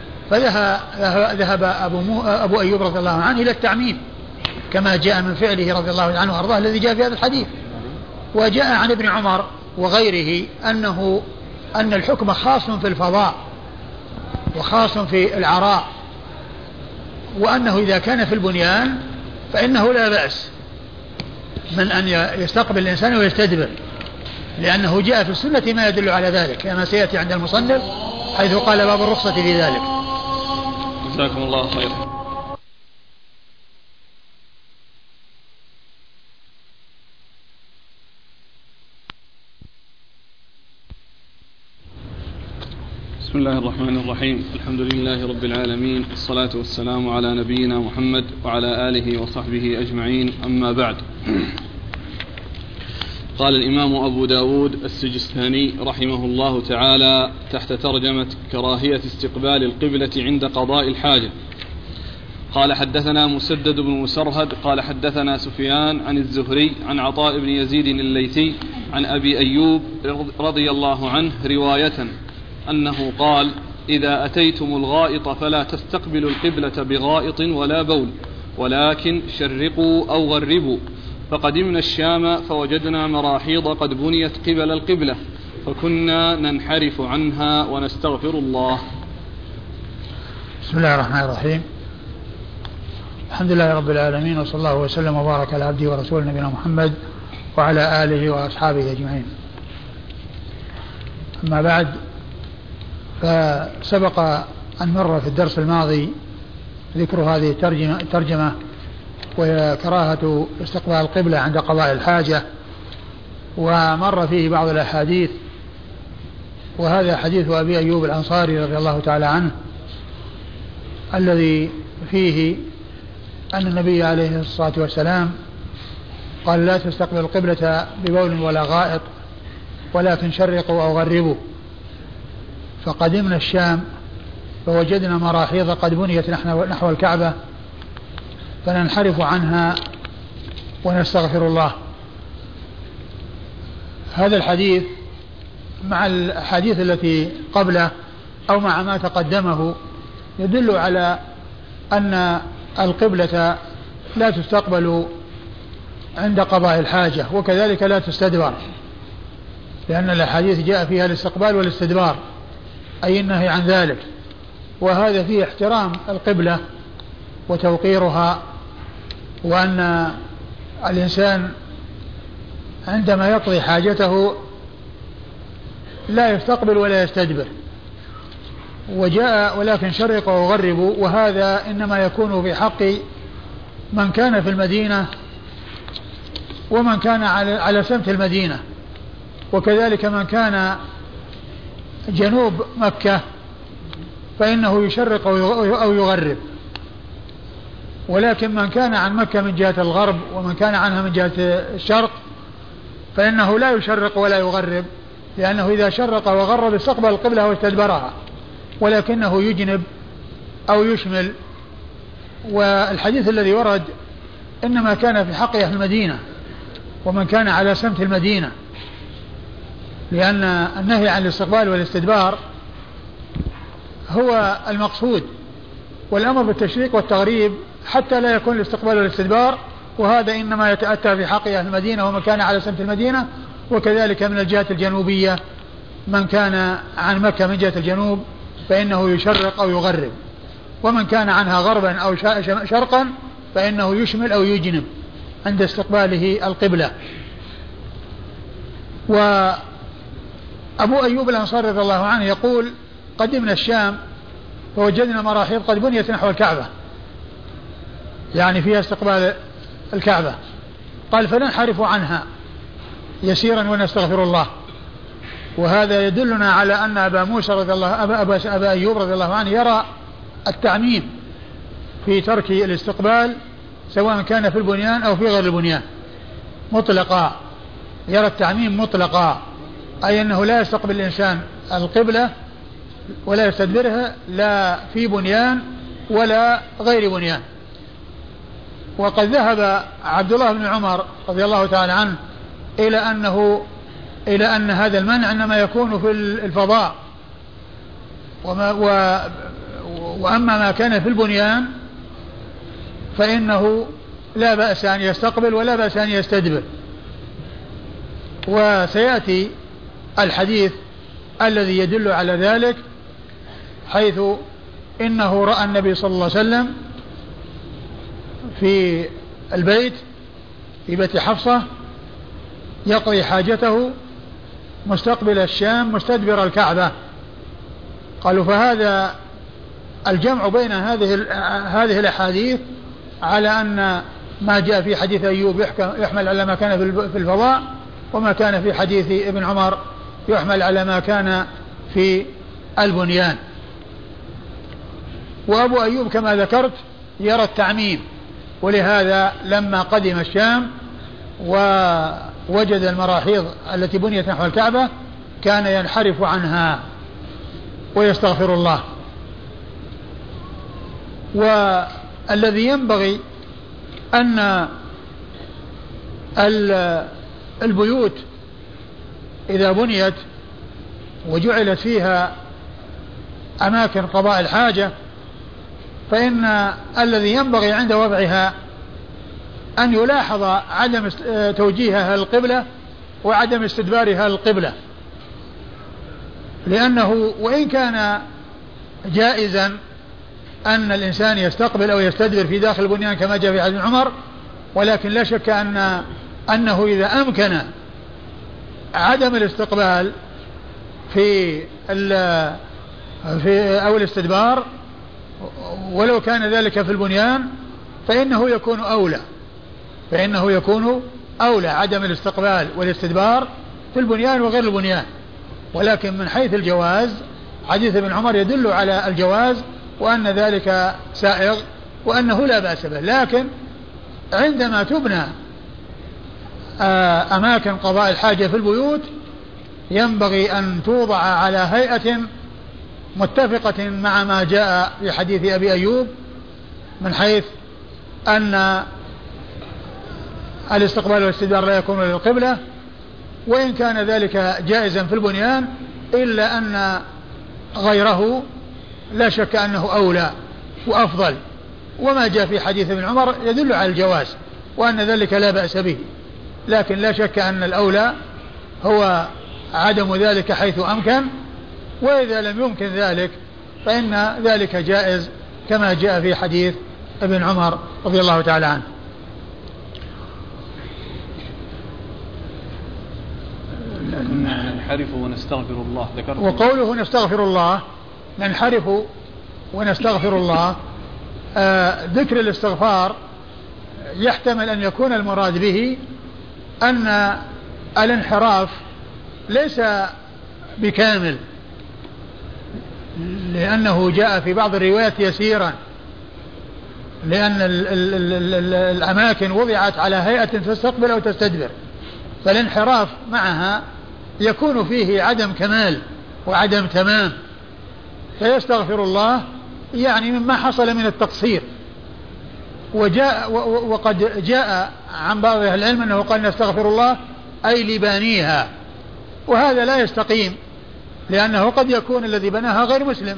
فذهب أبو, أبو أيوب رضي الله عنه إلى التعميم كما جاء من فعله رضي الله عنه وأرضاه الذي جاء في هذا الحديث. وجاء عن ابن عمر وغيره أنه أن الحكم خاص في الفضاء وخاص في العراء، وأنه إذا كان في البنيان فإنه لا بأس من أن يستقبل الإنسان ويستدبر، لأنه جاء في السنة ما يدل على ذلك كما سيأتي عند المصنف حيث قال باب الرخصة في ذلك. جزاكم الله خير. بسم الله الرحمن الرحيم، الحمد لله رب العالمين، الصلاة والسلام على نبينا محمد وعلى آله وصحبه أجمعين، أما بعد. قال الإمام أبو داود السجستاني رحمه الله تعالى تحت ترجمة كراهية استقبال القبلة عند قضاء الحاجة، قال حدثنا مسدد بن مسرهد قال حدثنا سفيان عن الزهري عن عطاء بن يزيد الليثي عن أبي أيوب رضي الله عنه رواية أنه قال: إذا أتيتم الغائط فلا تستقبلوا القبلة بغائط ولا بول، ولكن شرقوا أو غربوا. فقدمنا الشام فوجدنا مراحيض قد بنيت قبل القبلة فكنا ننحرف عنها ونستغفر الله. بسم الله الرحمن الرحيم، الحمد لله رب العالمين، وصلى الله وسلم وبارك على عبده ورسوله نبينا محمد وعلى آله وأصحابه أجمعين. أما بعد، فسبق أن مر في الدرس الماضي ذكر هذه الترجمة, الترجمة وهي كراهة استقبال القبلة عند قضاء الحاجة، ومر فيه بعض الأحاديث، وهذا حديث أبي أيوب الأنصاري رضي الله تعالى عنه الذي فيه أن النبي عليه الصلاة والسلام قال: لا تستقبل القبلة ببول ولا غائط، ولكن شرقوا أو غربوا. فقدمنا الشام فوجدنا مراحيض قد بنيت نحو الكعبة فننحرف عنها ونستغفر الله. هذا الحديث مع الحديث التي قبله أو مع ما تقدمه يدل على أن القبلة لا تستقبل عند قضاء الحاجة، وكذلك لا تستدبر، لأن الأحاديث جاء فيها الاستقبال والاستدبار، أي النهي عن ذلك. وهذا فيه احترام القبلة وتوقيرها، وأن الإنسان عندما يقضي حاجته لا يستقبل ولا يستدبر. وجاء ولكن شرقوا وغربوا، وهذا إنما يكون في حق من كان في المدينة ومن كان على سمت المدينة، وكذلك من كان جنوب مكة فإنه يشرق أو يغرب. ولكن من كان عن مكة من جهة الغرب ومن كان عنها من جهة الشرق فإنه لا يشرق ولا يغرب، لأنه إذا شرق وغرب استقبل القبلة واستدبرها، ولكنه يجنب أو يشمل. والحديث الذي ورد إنما كان في حق أهل المدينة ومن كان على سمت المدينة، لأن النهي عن الاستقبال والاستدبار هو المقصود، والأمر بالتشريق والتغريب حتى لا يكون الاستقبال والاستدبار، وهذا إنما يتأتى في حق أهل المدينة ومن كان على سمت المدينة، وكذلك من الجهة الجنوبية من كان عن مكة من جهة الجنوب فإنه يشرق أو يغرب، ومن كان عنها غربا أو شرقا فإنه يشمل أو يجنب عند استقباله القبلة. وأبو أيوب الأنصاري رضي الله عنه يقول: قدمنا الشام فوجدنا مراحيض قد بنيت نحو الكعبة، يعني فيها استقبال الكعبة، قال: فننحرف عنها يسيرا ونستغفر الله. وهذا يدلنا على أن أبا موسى رضي الله أبا, أبا, أبا أيوب رضي الله عنه يرى التعميم في ترك الاستقبال سواء كان في البنيان أو في غير البنيان مطلقا، يرى التعميم مطلقا، أي أنه لا يستقبل الإنسان القبلة ولا يستدبرها لا في بنيان ولا غير بنيان. وقد ذهب عبد الله بن عمر رضي الله تعالى عنه إلى أنه إلى أن هذا المنع إنما يكون في الفضاء، وما و وأما ما كان في البنيان فإنه لا بأس أن يستقبل ولا بأس أن يستدبر. وسيأتي الحديث الذي يدل على ذلك، حيث إنه رأى النبي صلى الله عليه وسلم في البيت في بيت حفصة يقضي حاجته مستقبل الشام مستدبر الكعبة. قالوا فهذا الجمع بين هذه هذه الأحاديث على أن ما جاء في حديث أيوب يحمل على ما كان في الفضاء، وما كان في حديث ابن عمر يحمل على ما كان في البنيان. وأبو أيوب كما ذكرت يرى التعميم، ولهذا لما قدم الشام ووجد المراحيض التي بنيت نحو الكعبة كان ينحرف عنها ويستغفر الله. والذي ينبغي أن البيوت إذا بنيت وجعلت فيها أماكن قضاء الحاجة فإن الذي ينبغي عند وضعها أن يلاحظ عدم توجيهها للقبلة وعدم استدبارها للقبلة، لأنه وإن كان جائزا أن الإنسان يستقبل أو يستدبر في داخل البنيان كما جاء في حديث عمر، ولكن لا شك أن أنه إذا أمكن عدم الاستقبال في في أو الاستدبار ولو كان ذلك في البنيان فإنه يكون أولى فإنه يكون أولى عدم الاستقبال والاستدبار في البنيان وغير البنيان. ولكن من حيث الجواز حديث ابن عمر يدل على الجواز وأن ذلك سائغ وأنه لا بأس به. لكن عندما تبنى أماكن قضاء الحاجة في البيوت ينبغي أن توضع على هيئة متفقة مع ما جاء في حديث أبي أيوب من حيث أن الاستقبال والاستدبار لا يكون للقبلة، وإن كان ذلك جائزا في البنيان إلا أن غيره لا شك أنه أولى وأفضل. وما جاء في حديث ابن عمر يدل على الجواز وأن ذلك لا بأس به، لكن لا شك أن الأولى هو عدم ذلك حيث أمكن، وإذا لم يمكن ذلك فإن ذلك جائز كما جاء في حديث ابن عمر رضي الله تعالى عنه. ننحرف ونستغفر الله ذكرت. وقوله نستغفر الله ننحرف ونستغفر الله آه ذكر الاستغفار يحتمل أن يكون المراد به أن الانحراف ليس بكامل، لأنه جاء في بعض الروايات يسيرا، لأن ال ال ال ال الأماكن وضعت على هيئة تستقبل أو تستدبر، فالانحراف معها يكون فيه عدم كمال وعدم تمام، فيستغفر الله يعني مما حصل من التقصير. وجاء وقد جاء عن بعض أهل العلم أنه قال نستغفر الله أي لبانيها، وهذا لا يستقيم، لأنه قد يكون الذي بناها غير مسلم،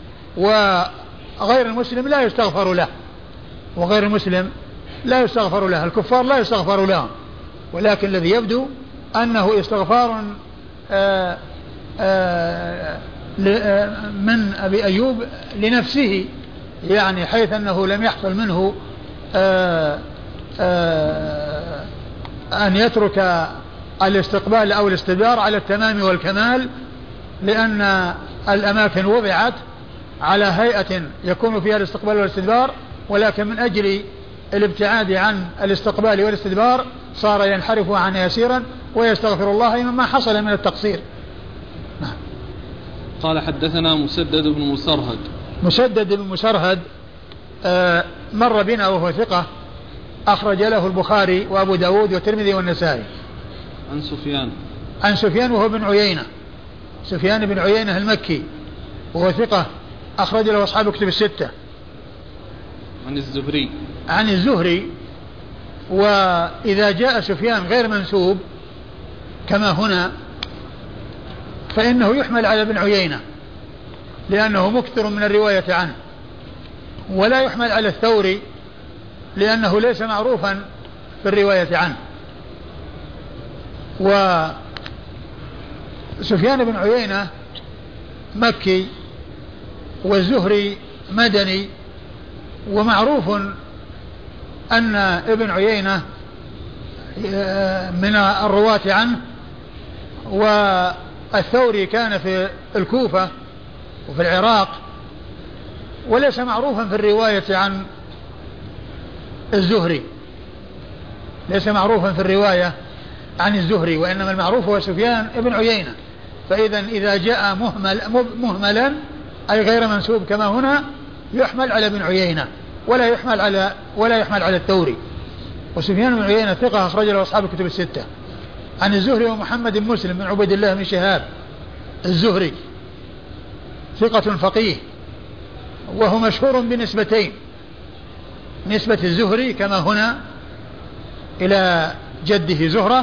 وغير المسلم لا يستغفر له، وغير المسلم لا يستغفر له، الكفار لا يستغفر لهم، ولكن الذي يبدو أنه استغفار آآ آآ من أبي أيوب لنفسه، يعني حيث أنه لم يحصل منه آآ آآ أن يترك الاستقبال أو الاستدبار على التمام والكمال، لأن الأماكن وضعت على هيئة يكون فيها الاستقبال والاستدبار، ولكن من أجل الابتعاد عن الاستقبال والاستدبار صار ينحرف عنها يسيرا ويستغفر الله مما حصل من التقصير. قال حدثنا مسدد بن مسرهد. مسدد بن مسرهد آه مر بنا وهو ثقة أخرج له البخاري وأبو داود والترمذي والنسائي. عن سفيان. عن سفيان وهو بن عيينة، سفيان بن عيينة المكي وهو ثقة أخرج له أصحاب كتب الستة. عن الزهري. عن الزهري. وإذا جاء سفيان غير منسوب كما هنا فإنه يحمل على ابن عيينة لأنه مكثر من الرواية عنه، ولا يحمل على الثوري لأنه ليس معروفا في الرواية عنه. وسفيان بن عيينة مكي والزهري مدني، ومعروف أن ابن عيينة من الرواة عنه، والثوري كان في الكوفة وفي العراق وليس معروفا في الرواية عن الزهري، ليس معروفا في الرواية عن الزهري، وإنما المعروف هو سفيان ابن عيينة. فإذا إذا جاء مهمل مهملا أي غير منسوب كما هنا يحمل على ابن عيينة ولا يحمل على ولا يحمل على الثوري. وسفيان بن عيينة ثقة أخرج له أصحاب الكتب الستة. عن الزهري ومحمد بن مسلم بن عبيد الله بن شهاب الزهري ثقة فقيه، وهو مشهور بنسبتين، نسبة الزهري كما هنا إلى جده زهرة،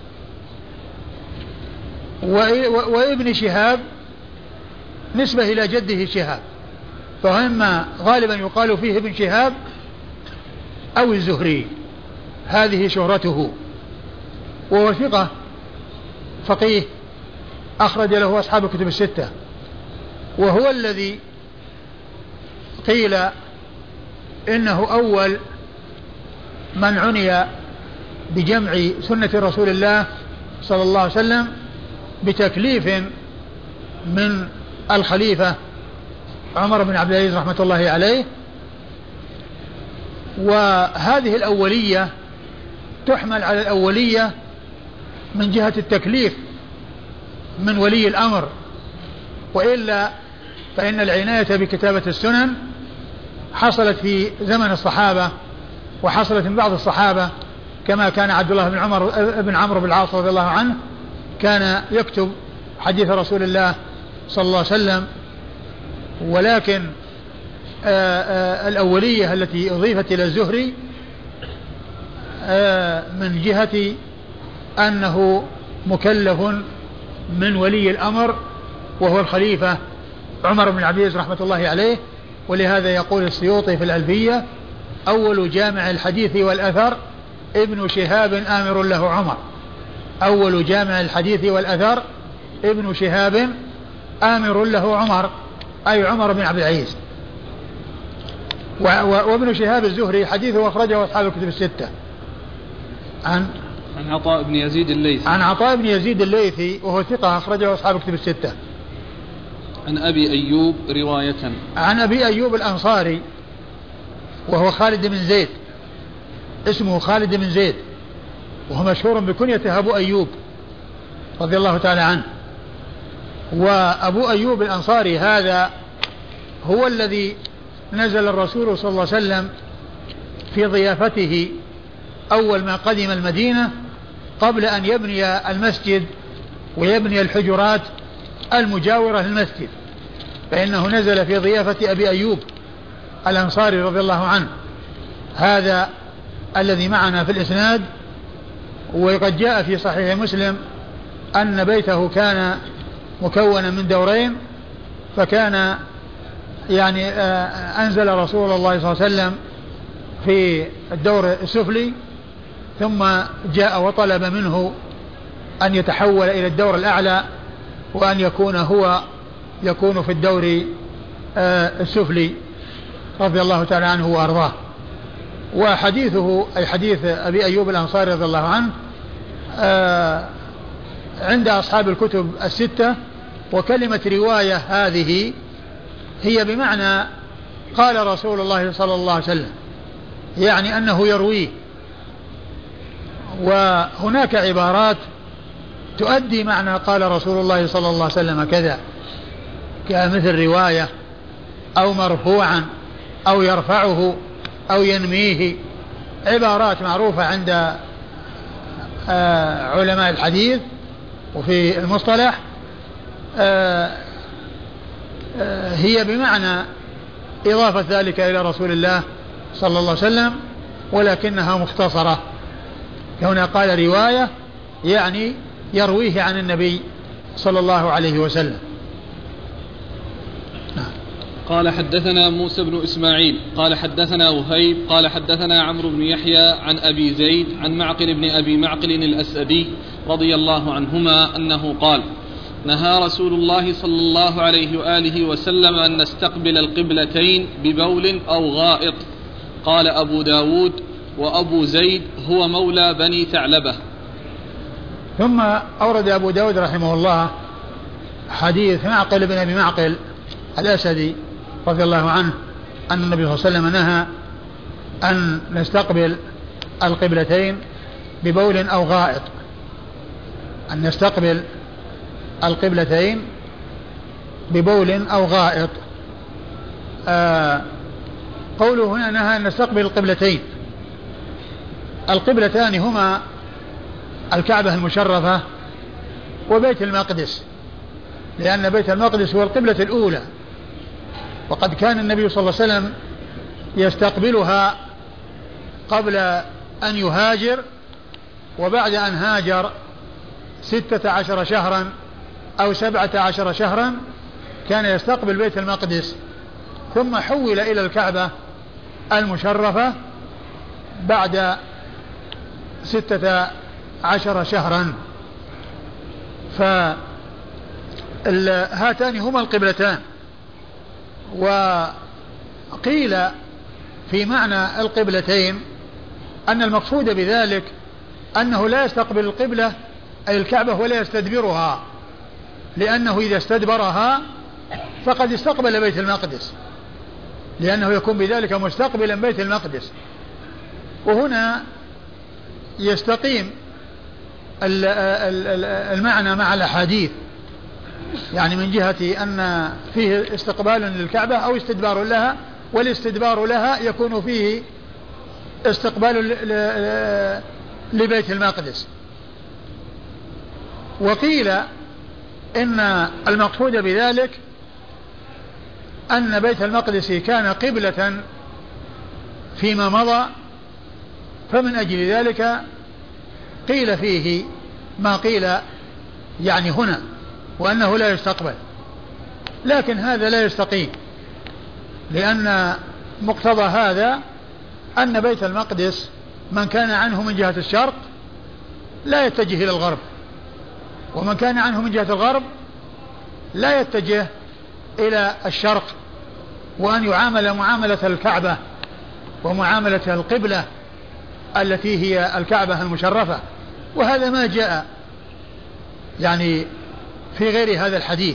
وابن شهاب نسبة إلى جده شهاب، فإما غالبا يقال فيه ابن شهاب أو الزهري، هذه شهرته. وهو ثقة فقيه أخرج له أصحاب الكتب الستة، وهو الذي قيل إنه أول من عني بجمع سنة رسول الله صلى الله عليه وسلم بتكليف من الخليفة عمر بن عبد العزيز رحمة الله عليه. وهذه الأولية تحمل على الأولية من جهة التكليف من ولي الأمر، وإلا فإن العناية بكتابة السنن حصلت في زمن الصحابة وحصلت من بعض الصحابة، كما كان عبد الله بن عمر بن عمرو بن العاص رضي الله عنه كان يكتب حديث رسول الله صلى الله عليه وسلم. ولكن آآ آآ الأولية التي أضيفت إلى الزهري من جهة أنه مكلف من ولي الأمر وهو الخليفة عمر بن عبد العزيز رحمة الله عليه. ولهذا يقول السيوطي في الألفية: أول جامع الحديث والأثر ابن شهاب آمر له عمر. أول جامع الحديث والأثر ابن شهاب آمر له عمر، أي عمر بن عبد العزيز. وابن شهاب الزهري حديثه أخرجه أصحاب الكتب الستة. عن عن عطاء بن يزيد الليثي. عن عطاء بن يزيد الليثي وهو ثقة أخرجه أصحاب الكتب الستة. عن أبي أيوب رواية. عن أبي أيوب الأنصاري وهو خالد بن زيد، اسمه خالد بن زيد، وهو مشهور بكنيته أبو أيوب رضي الله تعالى عنه. وأبو أيوب الأنصاري هذا هو الذي نزل الرسول صلى الله عليه وسلم في ضيافته أول ما قدم المدينة قبل أن يبني المسجد ويبني الحجرات المجاورة للمسجد، فإنه نزل في ضيافة أبي أيوب الأنصاري رضي الله عنه، هذا الذي معنا في الإسناد. وقد جاء في صحيح مسلم أن بيته كان مكونا من دورين، فكان يعني أنزل رسول الله صلى الله عليه وسلم في الدور السفلي، ثم جاء وطلب منه أن يتحول إلى الدور الأعلى وأن يكون هو يكون في الدور السفلي رضي الله تعالى عنه وأرضاه. وحديثه أي حديث أبي أيوب الأنصاري رضي الله عنه عند أصحاب الكتب الستة. وكلمة رواية هذه هي بمعنى قال رسول الله صلى الله عليه وسلم، يعني أنه يرويه. وهناك عبارات تؤدي معنى قال رسول الله صلى الله عليه وسلم كذا، كمثل رواية أو مرفوعا أو يرفعه أو ينميه، عبارات معروفة عند علماء الحديث وفي المصطلح هي بمعنى إضافة ذلك إلى رسول الله صلى الله عليه وسلم، ولكنها مختصرة. هنا قال رواية يعني يرويه عن النبي صلى الله عليه وسلم. قال حدثنا موسى بن إسماعيل قال حدثنا وهيب قال حدثنا عمرو بن يحيى عن أبي زيد عن معقل بن أبي معقل الأسدي رضي الله عنهما أنه قال: نهى رسول الله صلى الله عليه وآله وسلم أن نستقبل القبلتين ببول أو غائط. قال أبو داود: وأبو زيد هو مولى بني ثعلبة. ثم أورد أبو داود رحمه الله حديث معقل بن أبي معقل الأسدي رضي الله عنه أن النبي صلى الله عليه وسلم نهى أن نستقبل القبلتين ببول أو غائط. أن نستقبل القبلتين ببول أو غائط. آه قوله هنا نهى أن نستقبل القبلتين. القبلتان هما الكعبة المشرفة وبيت المقدس، لأن بيت المقدس هو القبلة الأولى، وقد كان النبي صلى الله عليه وسلم يستقبلها قبل أن يهاجر، وبعد أن هاجر ستة عشر شهرا أو سبعة عشر شهرا كان يستقبل بيت المقدس، ثم حول إلى الكعبة المشرفة بعد ستة عشر شهرا. فهاتان هما القبلتان. وقيل في معنى القبلتين أن المقصود بذلك أنه لا يستقبل القبلة أي الكعبة ولا يستدبرها، لأنه إذا استدبرها فقد استقبل بيت المقدس، لأنه يكون بذلك مستقبلا بيت المقدس. وهنا يستقيم المعنى مع الأحاديث، يعني من جهة أن فيه استقبال للكعبة أو استدبار لها، والاستدبار لها يكون فيه استقبال لبيت المقدس. وقيل إن المقصود بذلك أن بيت المقدس كان قبلة فيما مضى، فمن أجل ذلك قيل فيه ما قيل يعني هنا، وأنه لا يستقبل. لكن هذا لا يستقيم، لأن مقتضى هذا أن بيت المقدس من كان عنه من جهة الشرق لا يتجه إلى الغرب، ومن كان عنه من جهة الغرب لا يتجه إلى الشرق، وأن يعامل معاملة الكعبة ومعاملة القبلة التي هي الكعبة المشرفة. وهذا ما جاء يعني في غير هذا الحديث.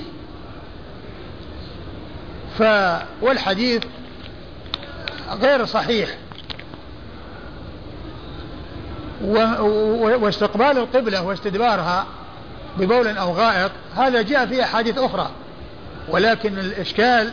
ف والحديث غير صحيح. و... واستقبال القبلة واستدبارها ببول أو غائط هذا جاء في أحاديث أخرى، ولكن الإشكال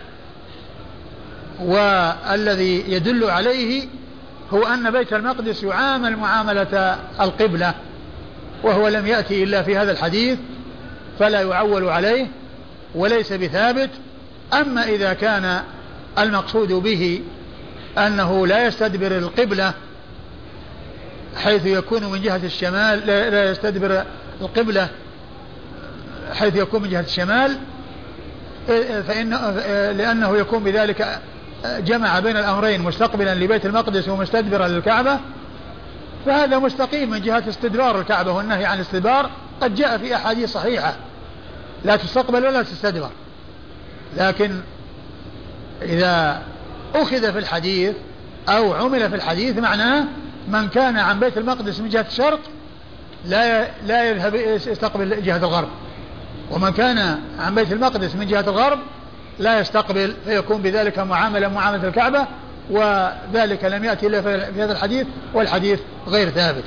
والذي يدل عليه هو أن بيت المقدس يعامل معاملة القبلة، وهو لم يأتي إلا في هذا الحديث، فلا يعول عليه وليس بثابت. أما إذا كان المقصود به أنه لا يستدبر القبلة حيث يكون من جهة الشمال، لا يستدبر القبلة حيث يكون من جهة الشمال، فإن لأنه يكون بذلك جمع بين الأمرين، مستقبلا لبيت المقدس ومستدبرا للكعبة، فهذا مستقيم من جهة استدبار الكعبة. والنهي عن الاستدبار قد جاء في أحاديث صحيحة لا تستقبل ولا تستدبر. لكن إذا أخذ في الحديث أو عمل في الحديث معناه من كان عن بيت المقدس من جهة الشرق لا لا يذهب يستقبل جهة الغرب، ومن كان عن بيت المقدس من جهة الغرب لا يستقبل، فيكون بذلك معاملة معاملة الكعبة، وذلك لم يأتي إلا في هذا الحديث، والحديث غير ثابت.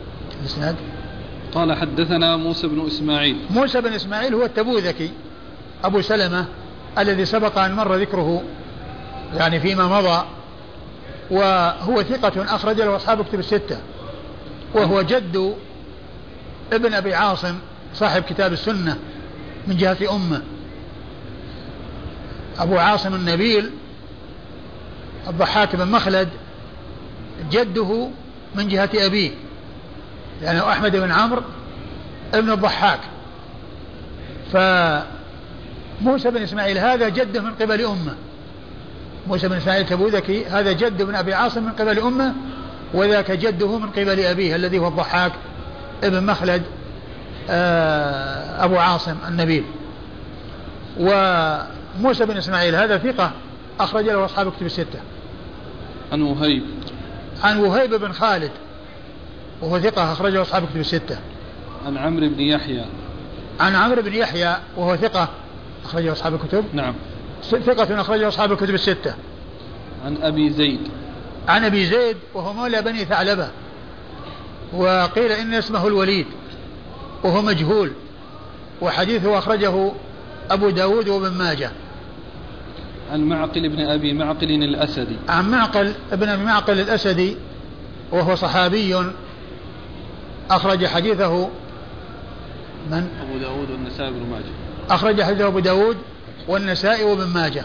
الإسناد قال حدثنا موسى بن إسماعيل. موسى بن إسماعيل هو التبوذكي أبو سلمة الذي سبق أن مر ذكره يعني فيما مضى، وهو ثقة أخرج له أصحاب كتب الستة، وهو جد ابن أبي عاصم صاحب كتاب السنة من جهة أمه. أبو عاصم النبيل الضحاك بن مخلد جده من جهة أبيه، يعني أحمد بن عمرو ابن الضحاك، فموسى بن إسماعيل هذا جده من قبل أمه. موسى بن إسماعيل تبوذكي هذا جد بن أبي عاصم من قبل أمه، وذاك جده من قبل أبيه الذي هو الضحاك ابن مخلد أبو عاصم النبيل. وموسى بن إسماعيل هذا ثقة أخرج له أصحاب كتب الستة. عن وهيب عن وهيب بن خالد وهو ثقة أخرج له أصحاب كتب الستة. عن عمرو بن يحيى عن عمرو بن يحيى وهو ثقة أخرج له أصحاب الكتب. نعم. ثقة أخرج له أصحاب الكتب الستة. عن أبي زيد عن أبي زيد وهو مولى بني ثعلبة، وقيل إن اسمه الوليد وهو مجهول، وحديثه أخرجه أبو داود وابن ماجه. عن معقل بن أبي معقل الأسدي عن معقل ابن أبي معقل الأسدي وهو صحابي أخرج حديثه من؟ أبو داود والنسائي وابن ماجه. أخرج حديثه أبو داود والنسائي وابن ماجه.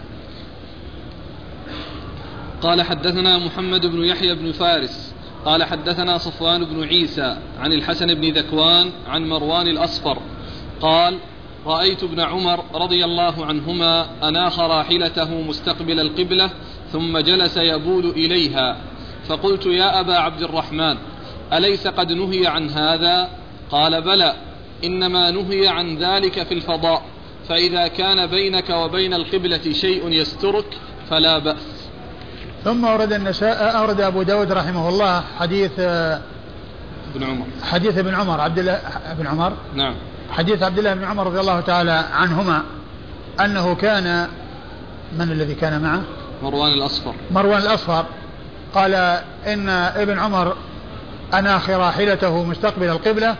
قال حدثنا محمد بن يحيى بن فارس قال حدثنا صفوان بن عيسى عن الحسن بن ذكوان عن مروان الأصفر قال رأيت ابن عمر رضي الله عنهما أناخ راحلته مستقبل القبلة ثم جلس يبول إليها، فقلت يا أبا عبد الرحمن أليس قد نهي عن هذا؟ قال بلى، إنما نهي عن ذلك في الفضاء، فإذا كان بينك وبين القبلة شيء يسترك فلا بأس. ثم أورد النساء أورد أبو داود رحمه الله حديث ابن عمر حديث ابن عمر عبد الله بن عمر نعم حديث عبد الله بن عمر رضي الله تعالى عنهما أنه كان من الذي كان معه؟ مروان الأصفر. مروان الأصفر قال إن ابن عمر أناخ راحلته مستقبل القبلة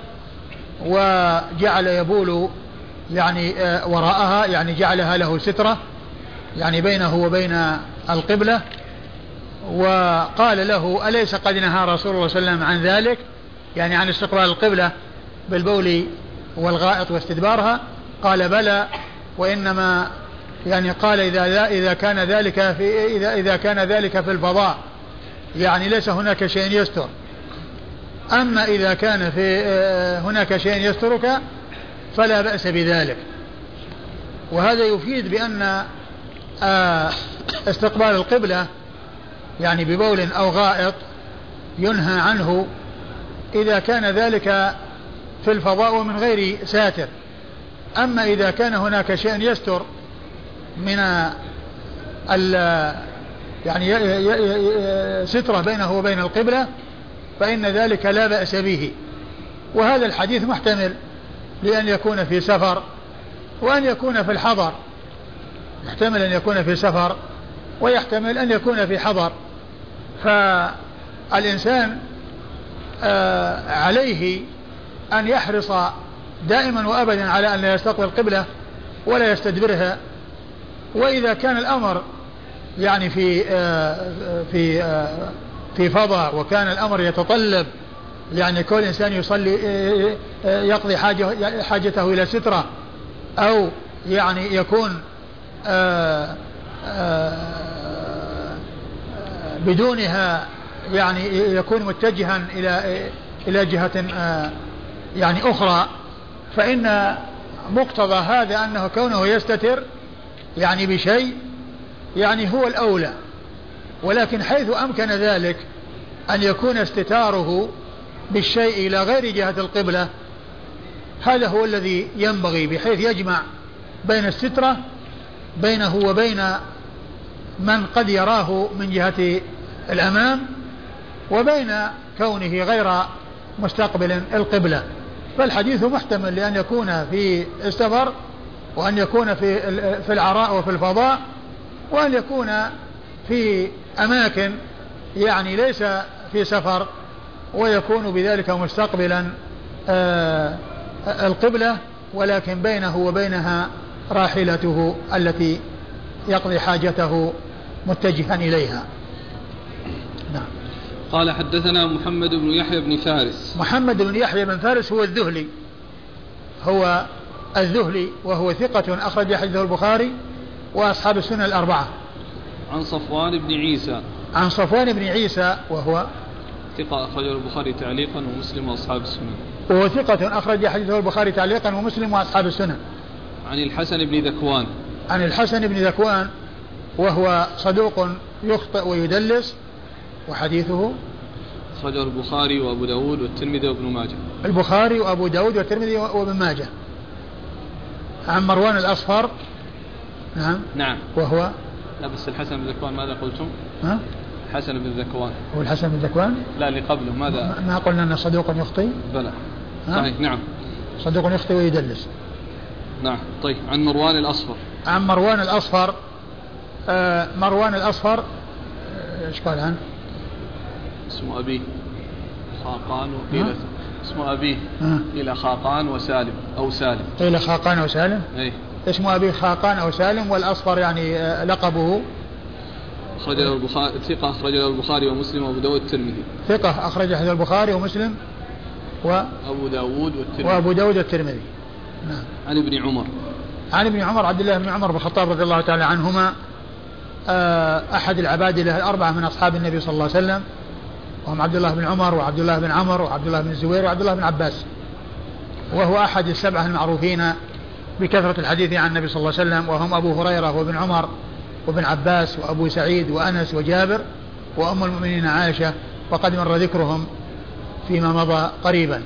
وجعل يبول يعني وراءها، يعني جعلها له سترة يعني بينه وبين القبلة، وقال له أليس قد نهى رسول الله صلى الله عليه وسلم عن ذلك، يعني عن استقبال القبلة بالبول والغائط واستدبارها؟ قال بلى، وإنما يعني قال إذا إذا كان ذلك في إذا إذا كان ذلك في الفضاء يعني ليس هناك شيء يستر، أما إذا كان في هناك شيء يسترك فلا بأس بذلك. وهذا يفيد بأن استقبال القبلة يعني ببول أو غائط ينهى عنه إذا كان ذلك في الفضاء ومن غير ساتر. أما إذا كان هناك شيء يستر من ال يعني سترة بينه وبين القبلة فإن ذلك لا بأس به. وهذا الحديث محتمل لأن يكون في سفر وأن يكون في الحضر، يحتمل أن يكون في سفر ويحتمل أن يكون في حضر. فالإنسان آه عليه أن يحرص دائما وأبدا على أن لا يستقبل القبلة ولا يستدبرها. وإذا كان الأمر يعني في آه في آه في فضاء وكان الأمر يتطلب يعني كل إنسان يصلي آه يقضي حاجة حاجته إلى سترة أو يعني يكون آه آه بدونها يعني يكون متجها إلى إلى جهة آه يعني أخرى، فإن مقتضى هذا أنه كونه يستتر يعني بشيء يعني هو الأولى. ولكن حيث أمكن ذلك أن يكون استتاره بالشيء إلى غير جهة القبلة هذا هو الذي ينبغي، بحيث يجمع بين السترة بينه وبين من قد يراه من جهة الأمام وبين كونه غير مستقبل القبلة. فالحديث محتمل لأن يكون في السفر وأن يكون في في العراء وفي الفضاء وأن يكون في أماكن يعني ليس في سفر ويكون بذلك مستقبلا القبلة ولكن بينه وبينها راحلته التي يقضي حاجته متجها إليها. نعم. قال حدثنا محمد بن يحيى بن فارس. محمد بن يحيى بن فارس هو الذهلي هو الذهلي وهو ثقة أخرج حديثه البخاري وأصحاب السنن الأربعة. عن صفوان بن عيسى. عن صفوان بن عيسى وهو ثقة أخرجه البخاري تعليقا ومسلم وأصحاب السنن. وهو ثقة أخرج حديثه البخاري تعليقا ومسلم وأصحاب السنن. عن الحسن بن ذكوان. عن الحسن بن ذكوان وهو صدوق يخطئ ويدلس وحديثه أخرجه البخاري وأبو داود والترمذي وابن ماجه. البخاري وأبو داود والترمذي وابن ماجه. عن مروان الأصفر. نعم. نعم. وهو لا بس الحسن بن ذكوان ماذا قلتم؟ ها؟ الحسن بن ذكوان. هو الحسن بن ذكوان؟ لا اللي قبله ماذا؟ ما قلنا أنه صدوق يخطئ؟ بلى. صحيح. نعم. صدوق يخطئ ويدلس. نعم. طيب عن مروان الأصفر. عن مروان الأصفر. آه مروان الأصفر ايش قال عنه؟ اسم أبيه خاقان وقيل اسم أبيه إلى خاقان وسالم أو سالم. إلى خاقان أو سالم. أي. اسم أبيه خاقان أو سالم والأصفر يعني آه لقبه. أخرج له البخاري ثقة أخرج له البخاري ومسلم وأبو داود والترمذي. ثقة أخرج له البخاري ومسلم وأبو داود والترمذي. وأبو داود والترمذي. نعم. عن ابن عمر. عن ابن عمر عبد الله بن عمر بن الخطاب رضي الله تعالى عنهما أحد العباد له الأربعة من أصحاب النبي صلى الله عليه وسلم وهم عبد الله بن عمر وعبد الله بن عمر وعبد الله بن الزبير وعبد الله بن عباس وهو أحد السبعة المعروفين بكثرة الحديث عن النبي صلى الله عليه وسلم وهم أبو هريرة وابن عمر وابن عباس وأبو سعيد وأنس وجابر وأم المؤمنين عائشة وقد مر ذكرهم فيما مضى قريبا.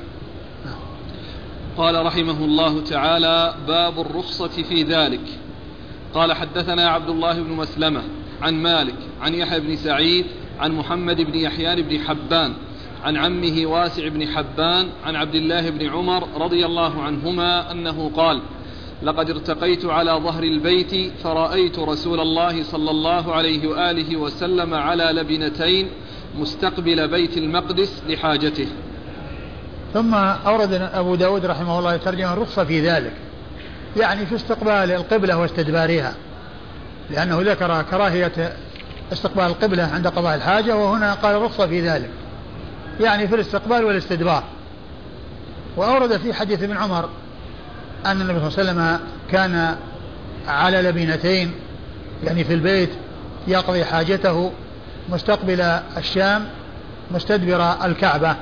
قال رحمه الله تعالى باب الرخصة في ذلك. قال حدثنا عبد الله بن مسلمة عن مالك عن يحيى بن سعيد عن محمد بن يحيى بن حبان عن عمه واسع بن حبان عن عبد الله بن عمر رضي الله عنهما أنه قال لقد ارتقيت على ظهر البيت فرأيت رسول الله صلى الله عليه وآله وسلم على لبنتين مستقبل بيت المقدس لحاجته. ثم أورد أبو داود رحمه الله ترجمة الرخصة في ذلك يعني في استقبال القبلة واستدبارها لأنه ذكر كراهية استقبال القبلة عند قضاء الحاجة وهنا قال الرخصة في ذلك يعني في الاستقبال والاستدبار. وأورد في حديث ابن عمر أن النبي صلى الله عليه وسلم كان على لبنتين يعني في البيت يقضي حاجته مستقبل الشام مستدبر الكعبة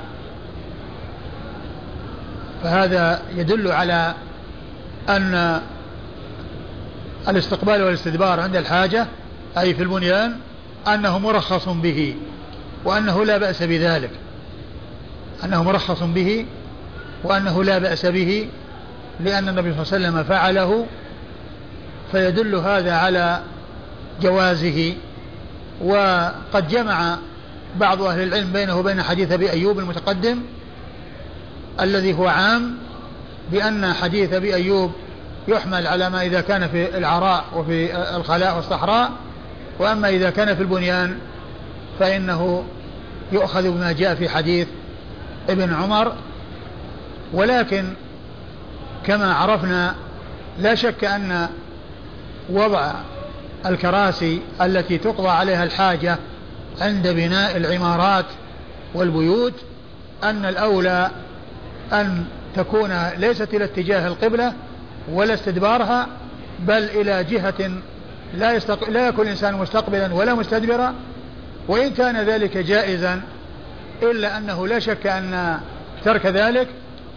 فهذا يدل على أن الاستقبال والاستدبار عند الحاجة أي في البنيان أنه مرخص به وأنه لا بأس بذلك أنه مرخص به وأنه لا بأس به لأن النبي صلى الله عليه وسلم فعله فيدل هذا على جوازه. وقد جمع بعض أهل العلم بينه وبين حديث أبي أيوب المتقدم الذي هو عام بأن حديث أبي أيوب يحمل على ما إذا كان في العراء وفي الخلاء والصحراء وأما إذا كان في البنيان فإنه يؤخذ بما جاء في حديث ابن عمر. ولكن كما عرفنا لا شك أن وضع الكراسي التي تقضى عليها الحاجة عند بناء العمارات والبيوت أن الأولى أن تكون ليست إلى اتجاه القبلة ولا استدبارها بل إلى جهة لا, يستق... لا يكون الإنسان مستقبلا ولا مستدبرا وإن كان ذلك جائزا إلا أنه لا شك أن ترك ذلك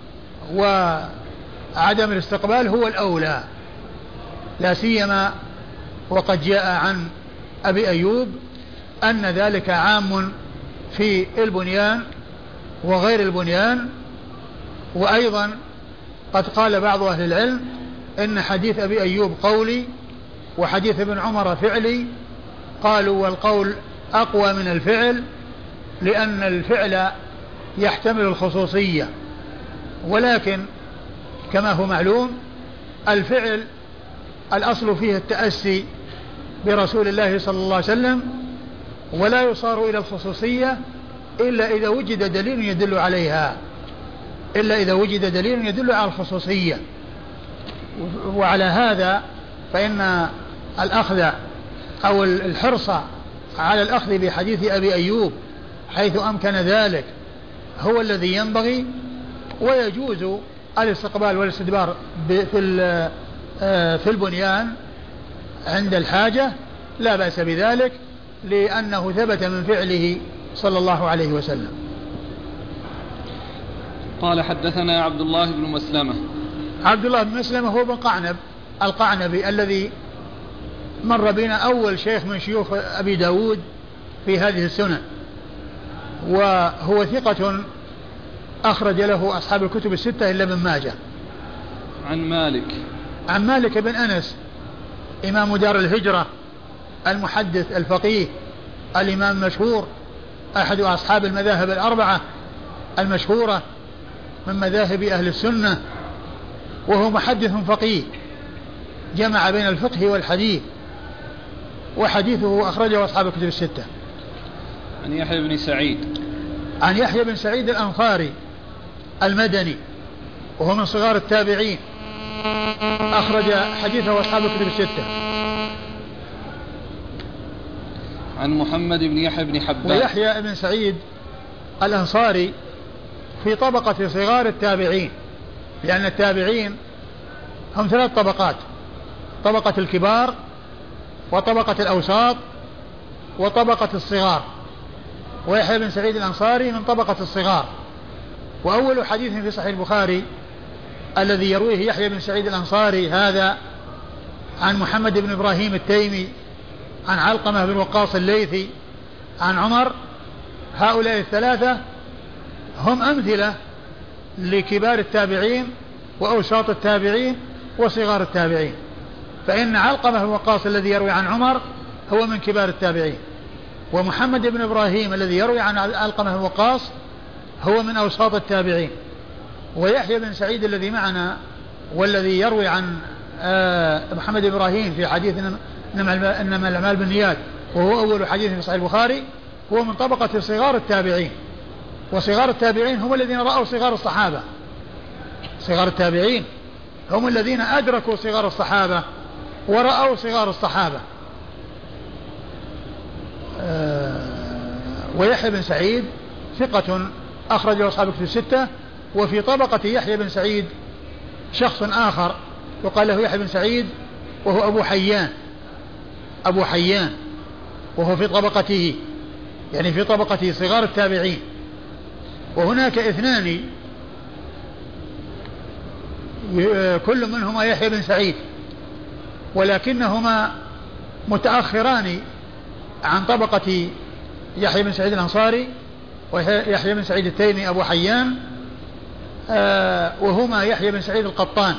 وعدم الاستقبال هو الأولى لا سيما وقد جاء عن أبي أيوب أن ذلك عام في البنيان وغير البنيان. وأيضا قد قال بعض أهل العلم إن حديث أبي أيوب قولي وحديث ابن عمر فعلي قالوا والقول أقوى من الفعل لأن الفعل يحتمل الخصوصية ولكن كما هو معلوم الفعل الأصل فيه التأسي برسول الله صلى الله عليه وسلم ولا يصار إلى الخصوصية إلا إذا وجد دليل يدل عليها إلا إذا وجد دليل يدل على الخصوصية. وعلى هذا فإن الأخذ أو الحرص على الأخذ بحديث أبي أيوب حيث أمكن ذلك هو الذي ينبغي، ويجوز الاستقبال والاستدبار في في البنيان عند الحاجة، لا بأس بذلك، لأنه ثبت من فعله صلى الله عليه وسلم. قال حدثنا عبد الله بن مسلمة. عبد الله بن مسلمة هو بن قعنب القعنبي الذي مر بنا أول شيخ من شيوخ أبي داود في هذه السنة، وهو ثقة أخرج له أصحاب الكتب الستة إلا ابن ماجه. عن مالك. عن مالك بن أنس إمام دار الهجرة المحدث الفقيه الإمام المشهور، أحد أصحاب المذاهب الأربعة المشهورة من مذاهب أهل السنة، وهو محدث فقيه جمع بين الفقه والحديث، وحديثه أخرجه أصحاب الكتب الستة. عن يحيى بن سعيد. عن يحيى بن سعيد الأنصاري المدني وهو من صغار التابعين، أخرج حديثه أصحاب الكتب الستة. عن محمد بن يحيى بن حبان. ويحيى بن سعيد الأنصاري في طبقة صغار التابعين، لأن التابعين هم ثلاث طبقات: طبقة الكبار وطبقة الأوساط وطبقة الصغار، ويحيى بن سعيد الأنصاري من طبقة الصغار. وأول حديث في صحيح البخاري الذي يرويه يحيى بن سعيد الأنصاري هذا عن محمد بن إبراهيم التيمي عن علقمة بن وقاص الليثي عن عمر. هؤلاء الثلاثة هم أمثلة لكبار التابعين وأوساط التابعين وصغار التابعين، فإن علقمة بن وقاص الذي يروي عن عمر هو من كبار التابعين، ومحمد بن إبراهيم الذي يروي عن علقمة بن وقاص هو من أوساط التابعين، ويحيى بن سعيد الذي معنا والذي يروي عن محمد بن إبراهيم في حديث إنما الأعمال بالنيات وهو أول حديث في صحيح البخاري هو من طبقة صغار التابعين. وصغار التابعين هم الذين رأوا صغار الصحابة، صغار التابعين هم الذين أدركوا صغار الصحابة ورأوا صغار الصحابة. ويحيى بن سعيد ثقة أخرجه أصحاب الكتب الستة. وفي طبقة يحيى بن سعيد شخص آخر يقال له يحيى بن سعيد وهو أبو حيان، أبو حيان وهو في طبقته يعني في طبقة صغار التابعين. وهناك اثنان كل منهما يحيى بن سعيد، ولكنهما متأخران عن طبقة يحيى بن سعيد الأنصاري ويحيى بن سعيد التيمي أبو حيان، آه وهما يحيى بن سعيد القطان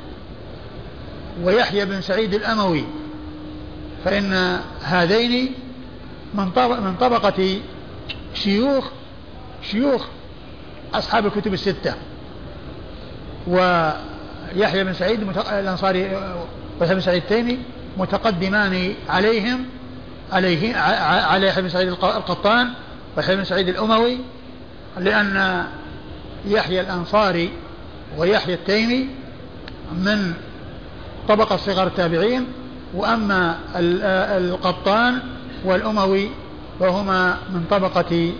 ويحيى بن سعيد الأموي، فإن هذين من طبقة شيوخ شيوخ أصحاب الكتب الستة. ويحيى بن سعيد الأنصاري ويحيى بن سعيد التيمي متقدمان عليهم عليه على يحيى بن سعيد القطان ويحيى بن سعيد الأموي، لأن يحيى الأنصاري ويحيى التيمي من طبقة صغار التابعين، وأما القطان والأموي وهما من طبقة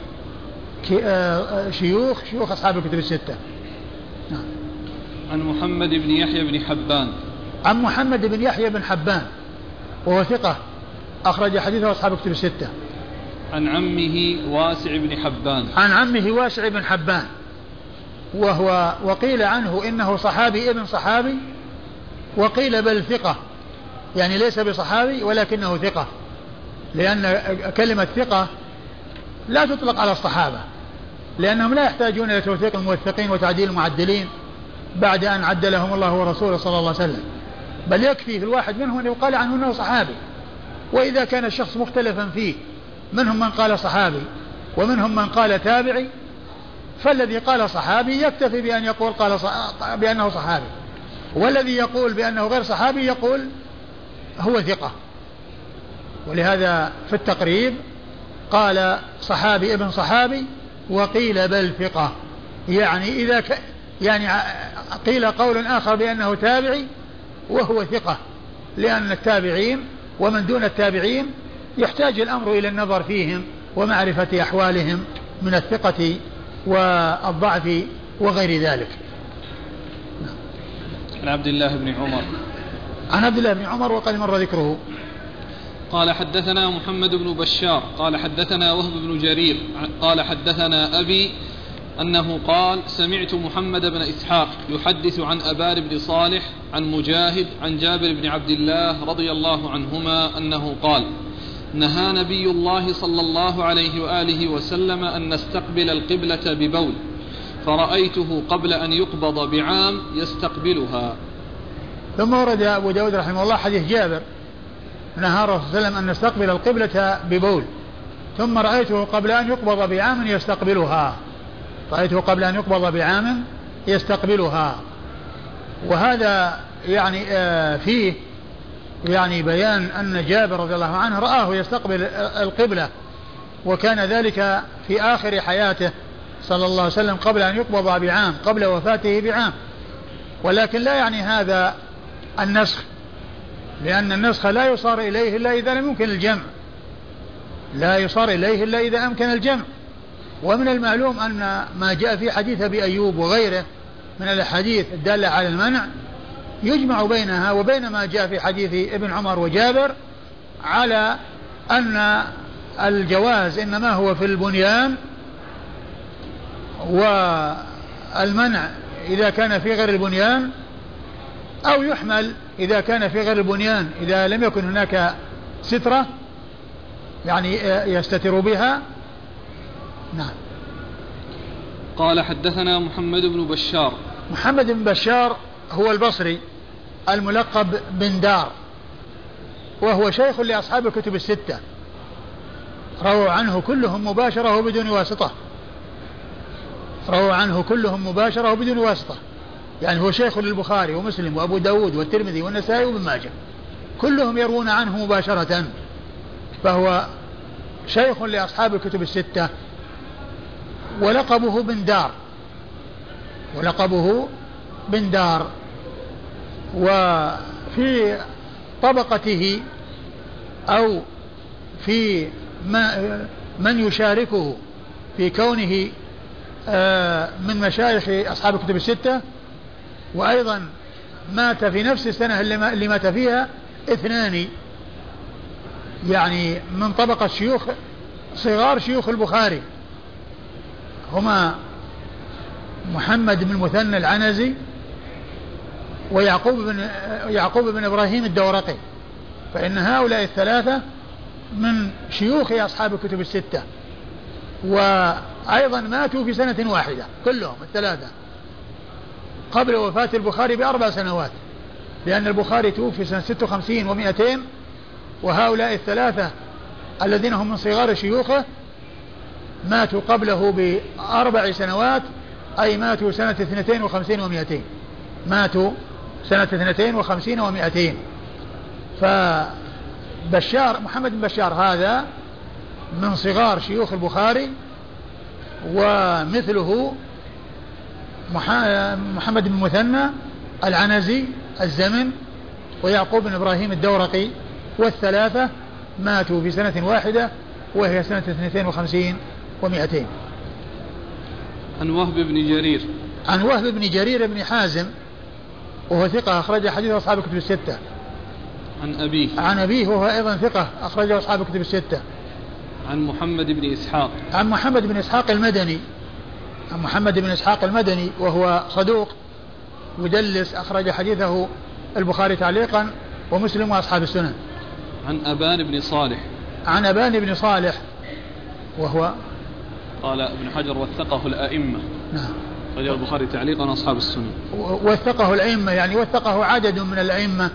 شيوخ شيوخ أصحاب الكتب الستة. نعم. عن محمد بن يحيى بن حبان. عن محمد بن يحيى بن حبان وهو ثقة أخرج حديثه أصحاب الكتب الستة. عن عمه واسع بن حبان. عن عمه واسع بن حبان وهو وقيل عنه إنه صحابي ابن صحابي، وقيل بل ثقة، يعني ليس بصحابي ولكنه ثقة، لأن كلمة ثقة لا تطلق على الصحابة، لأنهم لا يحتاجون إلى توثيق الموثقين وتعديل المعدلين بعد أن عدلهم الله ورسوله صلى الله عليه وسلم، بل يكفي في الواحد منهم أن يقال عنه أنه صحابي. وإذا كان الشخص مختلفا فيه، منهم من قال صحابي ومنهم من قال تابعي، فالذي قال صحابي يكتفي بأن يقول قال بأنه صحابي، والذي يقول بأنه غير صحابي يقول هو ثقة. ولهذا في التقريب قال صحابي ابن صحابي وقيل بل ثقة، يعني إذا ك... يعني قيل قول آخر بأنه تابعي وهو ثقة، لأن التابعين ومن دون التابعين يحتاج الأمر إلى النظر فيهم ومعرفة أحوالهم من الثقة والضعف وغير ذلك. عن عبد الله بن عمر عن عبد الله بن عمر وقد مر ذكره. قال حدثنا محمد بن بشار قال حدثنا وهب بن جرير قال حدثنا أبي أنه قال سمعت محمد بن إسحاق يحدث عن أبان بن صالح عن مجاهد عن جابر بن عبد الله رضي الله عنهما أنه قال نهى نبي الله صلى الله عليه وآله وسلم أن نستقبل القبلة ببول فرأيته قبل أن يقبض بعام يستقبلها. ثم ورد أبو داود رحمه الله حديث جابر نهى الرسول صلى الله عليه وسلم أن نستقبل القبلة ببول ثم رأيته قبل أن يقبض بعام يستقبلها رأيته قبل أن يقبض بعام يستقبلها. وهذا يعني آه فيه يعني بيان أن جابر رضي الله عنه رآه يستقبل القبلة وكان ذلك في آخر حياته صلى الله عليه وسلم قبل أن يقبض بعام قبل وفاته بعام. ولكن لا يعني هذا النسخ لأن النسخ لا يصار إليه إلا إذا لم يمكن الجمع لا يصار إليه إلا إذا أمكن الجمع. ومن المعلوم أن ما جاء في حديث أبي أيوب وغيره من الأحاديث الدالة على المنع يجمع بينها وبين ما جاء في حديث ابن عمر وجابر على أن الجواز إنما هو في البنيان والمنع إذا كان في غير البنيان أو يحمل إذا كان في غير البنيان إذا لم يكن هناك سترة يعني يستتر بها. نعم. قال حدثنا محمد بن بشار. محمد بن بشار هو البصري الملقب بن دار وهو شيخ لأصحاب الكتب الستة رووا عنه كلهم مباشرة وبدون واسطة رووا عنه كلهم مباشرة وبدون واسطة يعني هو شيخ للبخاري ومسلم وأبو داود والترمذي والنسائي وابن ماجه كلهم يروون عنه مباشرة فهو شيخ لأصحاب الكتب الستة ولقبه بن دار ولقبه بن دار. وفي طبقته أو في من يشاركه في كونه من مشايخ أصحاب الكتب الستة وأيضا مات في نفس السنة اللي مات فيها اثنان يعني من طبقة شيوخ صغار شيوخ البخاري هما محمد بن المثنى العنزي ويعقوب بن يعقوب بن إبراهيم الدورقي فإن هؤلاء الثلاثة من شيوخ أصحاب الكتب الستة وأيضا ماتوا في سنة واحدة كلهم الثلاثة قبل وفاة البخاري بأربع سنوات لأن البخاري توفي سنة ستة وخمسين ومئتين وهؤلاء الثلاثة الذين هم من صغار شيوخه ماتوا قبله بأربع سنوات أي ماتوا سنة اثنتين وخمسين ومئتين ماتوا سنة اثنتين وخمسين ومئتين. فبشار محمد بن بشار هذا من صغار شيوخ البخاري ومثله محمد بن مثنى العنزي الزمن ويعقوب بن إبراهيم الدورقي والثلاثة ماتوا في سنة واحدة وهي سنة اثنتين وخمسين ومئتين. عن وهب بن جرير. عن وهب بن جرير بن حازم وهو ثقة أخرج حديث أصحاب الكتب الستة. عن أبيه. عن أبيه وهو أيضا ثقة أخرج أصحاب الكتب الستة. عن محمد بن إسحاق. عن محمد بن إسحاق المدني. عن محمد بن إسحاق المدني وهو صدوق مدلس أخرج حديثه البخاري تعليقا ومسلم وأصحاب السنن. عن أبان بن صالح. عن أبان بن صالح وهو قال ابن حجر وثقه الأئمة. نعم. رجع البخاري تعليقا أصحاب السنن. وثقه الأئمة يعني وثقه عدد من الأئمة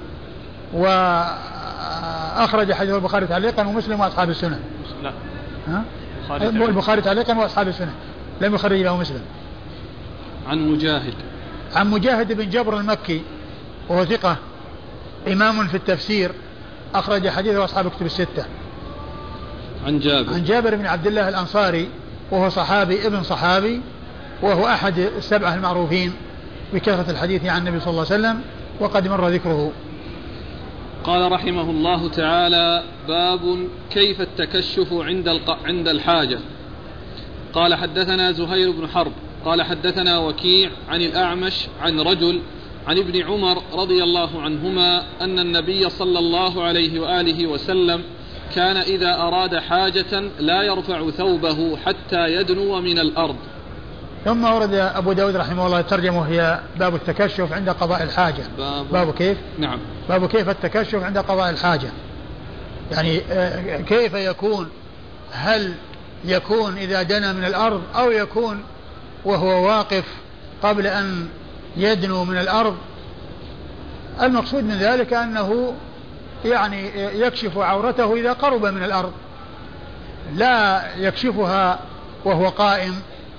وأخرج حديث البخاري تعليقا ومسلم وأصحاب السنن. لا. ها؟ البخاري تعليقا وأصحاب السنن لم يخرج له مسلم. عن مجاهد. عن مجاهد بن جبر المكي وهو ثقة إمام في التفسير أخرج حديثه أصحاب الكتب الستة. عن جابر. عن جابر بن عبد الله الأنصاري وهو صحابي ابن صحابي وهو أحد السبعة المعروفين بكثرة الحديث عن النبي صلى الله عليه وسلم وقد مر ذكره. قال رحمه الله تعالى: باب كيف التكشف عند عند الحاجة. قال: حدثنا زهير بن حرب قال: حدثنا وكيع عن الأعمش عن رجل عن ابن عمر رضي الله عنهما أن النبي صلى الله عليه وآله وسلم كان إذا أراد حاجة لا يرفع ثوبه حتى يدنو من الأرض. ثم ورد أبو داود رحمه الله الترجمة هي باب التكشف عند قضاء الحاجة. باب, باب كيف؟ نعم. باب كيف التكشف عند قضاء الحاجة، يعني كيف يكون، هل يكون إذا دنا من الأرض أو يكون وهو واقف قبل أن يدنو من الأرض. المقصود من ذلك أنه يعني يكشف عورته إذا قرب من الأرض، لا يكشفها وهو قائم،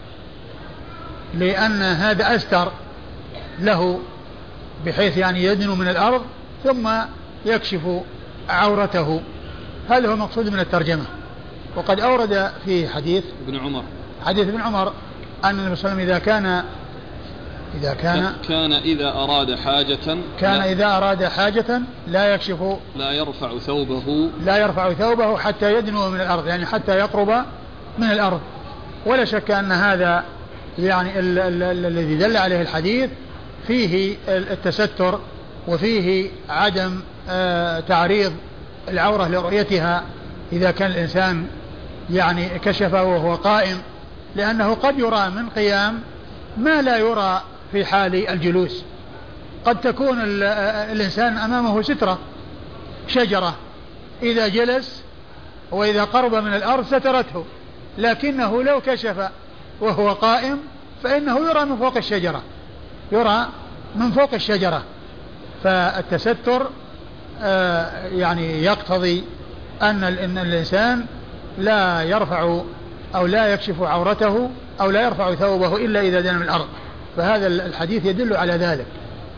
لأن هذا أستر له بحيث يعني يدنو من الأرض ثم يكشف عورته. هذا هو المقصود من الترجمة. وقد أورد في حديث ابن عمر حديث ابن عمر أن النبي صلى الله عليه وسلم إذا كان إذا كان كان إذا أراد حاجة كان إذا أراد حاجة لا يكشف لا يرفع ثوبه لا يرفع ثوبه حتى يدنو من الأرض، يعني حتى يقرب من الأرض. ولا شك أن هذا يعني الذي دل عليه الحديث فيه التستر وفيه عدم تعريض العورة لرؤيتها إذا كان الإنسان يعني كشفه وهو قائم، لأنه قد يرى من قيام ما لا يرى في حال الجلوس. قد تكون الإنسان أمامه سترة شجرة، إذا جلس وإذا قرب من الأرض سترته، لكنه لو كشف وهو قائم فإنه يرى من فوق الشجرة يرى من فوق الشجرة. فالتستر آه يعني يقتضي أن الإنسان لا يرفع أو لا يكشف عورته أو لا يرفع ثوبه إلا إذا دنا من الأرض. فهذا الحديث يدل على ذلك.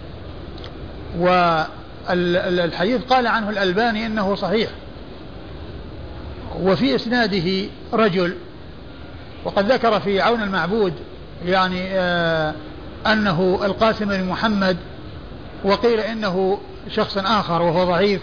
والحديث قال عنه الألباني إنه صحيح، وفي إسناده رجل، وقد ذكر في عون المعبود يعني آه أنه القاسم بن محمد، وقيل إنه شخص آخر وهو ضعيف،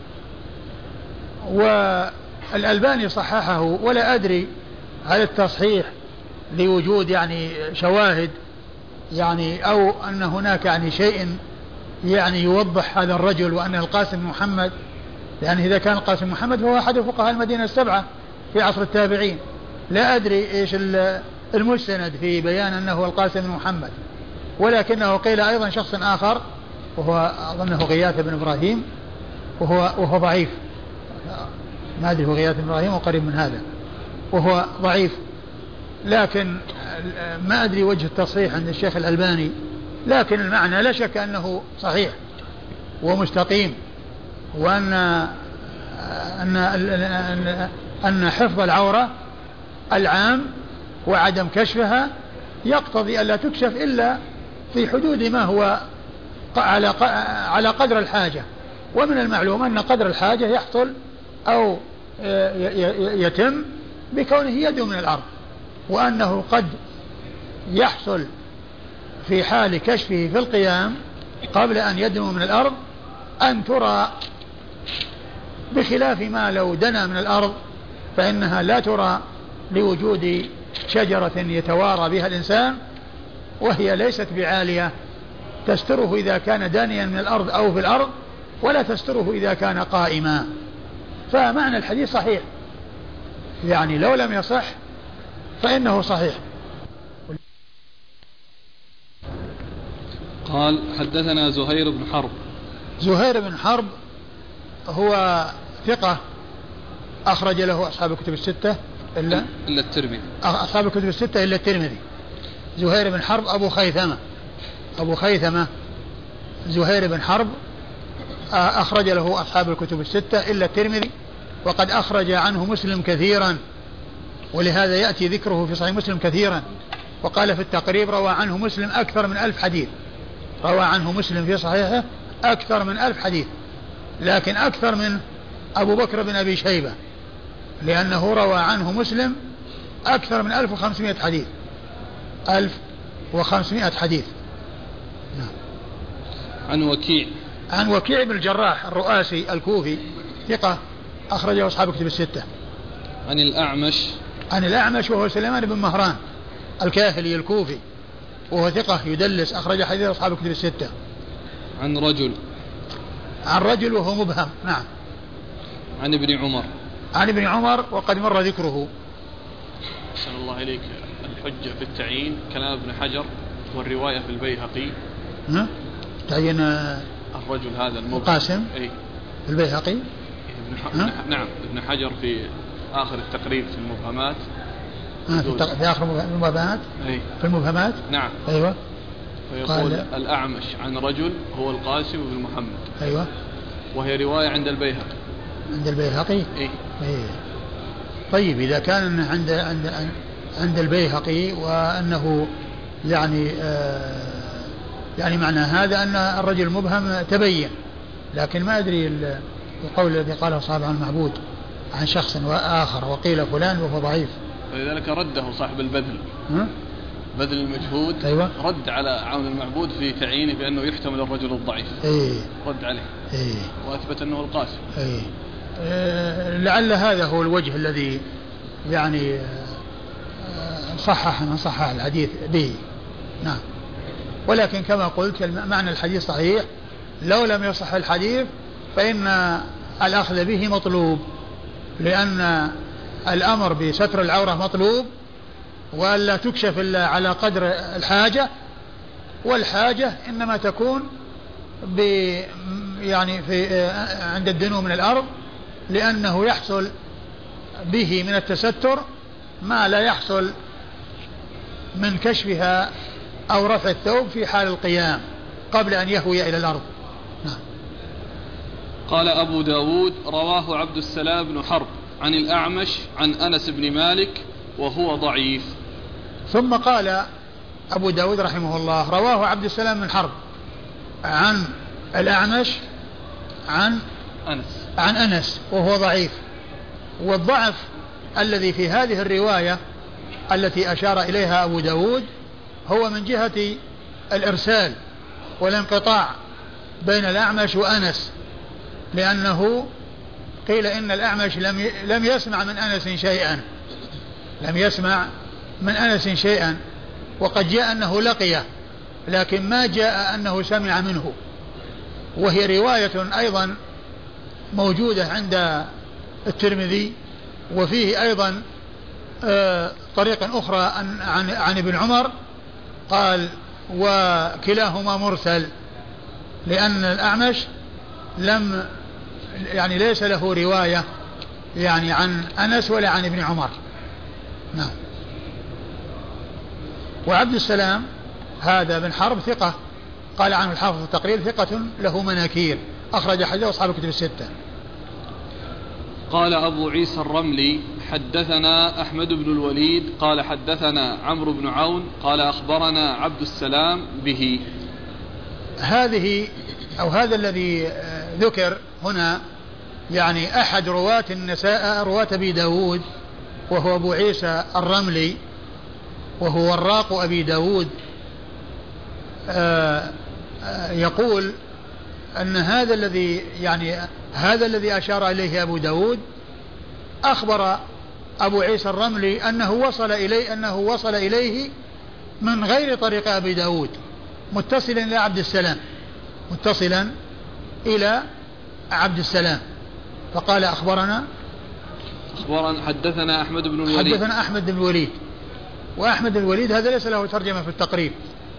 والألباني صححه. ولا أدري هل التصحيح لوجود يعني شواهد يعني أو أن هناك يعني شيء يعني يوضح هذا الرجل وأن القاسم محمد، لأن إذا كان القاسم محمد فهو أحد فقهاء المدينة السبعة في عصر التابعين. لا أدري إيش المستند في بيان أنه القاسم محمد، ولكنه قيل أيضا شخص آخر وهو أظنه غياث بن إبراهيم وهو, وهو ضعيف، ما أدري هو غياث بن إبراهيم وقريب من هذا، وهو ضعيف. لكن ما أدري وجه التصحيح عند الشيخ الألباني، لكن المعنى لا شك أنه صحيح ومستقيم، وأن أن أن, أن حفظ العورة العام وعدم كشفها يقتضي ألا تكشف إلا في حدود ما هو على على قدر الحاجة. ومن المعلوم أن قدر الحاجة يحصل أو يتم بكونه يدنو من الأرض، وأنه قد يحصل في حال كشفه في القيام قبل أن يدنو من الأرض أن ترى، بخلاف ما لو دنا من الأرض فإنها لا ترى لوجود شجرة يتوارى بها الإنسان، وهي ليست بعالية تستره إذا كان دانيا من الأرض أو في الأرض، ولا تستره إذا كان قائما. فمعنى الحديث صحيح، يعني لو لم يصح فإنه صحيح. قال: حدثنا زهير بن حرب. زهير بن حرب هو ثقة أخرج له أصحاب الكتب الستة إلا إلا الترمذي، أصحاب الكتب الستة إلا الترمذي. زهير بن حرب أبو خيثمة أبو خيثمة زهير بن حرب أخرج له أصحاب الكتب الستة إلا الترمذي، وقد أخرج عنه مسلم كثيرا، ولهذا يأتي ذكره في صحيح مسلم كثيرا. وقال في التقريب: روى عنه مسلم أكثر من ألف حديث. روى عنه مسلم في صحيحه أكثر من ألف حديث، لكن أكثر من أبو بكر بن أبي شيبة، لأنه روى عنه مسلم أكثر من ألف وخمسمائة حديث ألف وخمسمائة حديث. عن وكيع عن وكيع بن الجراح الرؤاسي الكوفي ثقة أخرجه أصحاب كتب الستة. عن الأعمش عن الأعمش وهو سليمان بن مهران الكاهلي الكوفي وهو ثقة يدلس أخرج حديث أصحاب كتب الستة. عن رجل عن رجل وهو مبهم. نعم. عن ابن عمر عن ابن عمر وقد مر ذكره. أحسن الله إليك. الحجة في التعيين كلام ابن حجر والرواية في البيهقي. ها؟ تعيين الرجل هذا المبهم قاسم أي في البيهقي. ابن ح... نعم ابن حجر في آخر التقريب في المبهمات. آه في, التق... في آخر المبهمات. أي. في المبهمات. نعم. أيوة. فيقول الأعمش عن رجل هو القاسم بن محمد. أيوة. وهي رواية عند البيهقي. عند البيهقي. إيه؟ إيه. طيب إذا كان عند عند عند البيهقي وأنه يعني آه يعني معنى هذا أن الرجل مبهم تبين، لكن ما أدري القول الذي قاله صاحب عن المعبود عن شخص آخر وقيل فلان وهو ضعيف، ولذلك رده صاحب البذل ها؟ بذل المجهود. أيوة. رد على عون المعبود في تعيينه بأنه يحتمل الرجل الضعيف. إيه؟ رد عليه. إيه؟ وأثبت أنه القاسم. إيه؟ آه لعل هذا هو الوجه الذي يعني آه صحح من صحح الحديث به. نعم. ولكن كما قلت معنى الحديث صحيح، لو لم يصح الحديث فإن الأخذ به مطلوب، لأن الأمر بستر العورة مطلوب، وألا تكشف إلا على قدر الحاجة، والحاجة إنما تكون ب يعني في عند الدنو من الأرض، لأنه يحصل به من التستر ما لا يحصل من كشفها أو رفع الثوب في حال القيام قبل أن يهوي إلى الأرض. نعم. قال أبو داود رواه عبد السلام بن حرب عن الأعمش عن أنس بن مالك وهو ضعيف. ثم قال أبو داود رحمه الله رواه عبد السلام بن حرب عن الأعمش عن أنس عن أنس وهو ضعيف. والضعف الذي في هذه الرواية التي أشار إليها أبو داود هو من جهة الإرسال والانقطاع بين الأعمش وأنس، لأنه قيل إن الأعمش لم لم يسمع من أنس شيئا لم يسمع من أنس شيئا وقد جاء أنه لقيه، لكن ما جاء أنه سمع منه. وهي رواية أيضا موجودة عند الترمذي، وفيه أيضا آه طريق أخرى عن, عن, عن ابن عمر قال وكلاهما مرسل، لأن الأعمش لم يعني ليس له رواية يعني عن أنس ولا عن ابن عمر. نعم. وعبد السلام هذا بن حرب ثقة، قال عنه الحافظ التقرير ثقة له مناكير، أخرج حديثه أصحاب الكتب الستة. قال أبو عيسى الرملي حدثنا أحمد بن الوليد قال حدثنا عمرو بن عون قال أخبرنا عبد السلام به. هذه أو هذا الذي ذكر هنا يعني أحد رواة النساء رواة أبي داود، وهو أبو عيسى الرملي وهو وراق أبي داود، آآ آآ يقول أن هذا الذي يعني هذا الذي أشار إليه أبو داود أخبر أبو عيسى الرملي أنه وصل إليه أنه وصل إليه من غير طريق أبي داود متصلا إلى عبد السلام متصلا إلى عبد السلام، فقال أخبرنا أخبرنا حدثنا أحمد بن الوليد حدثنا أحمد بن الوليد. وأحمد بن الوليد هذا ليس له ترجمة في التقريب،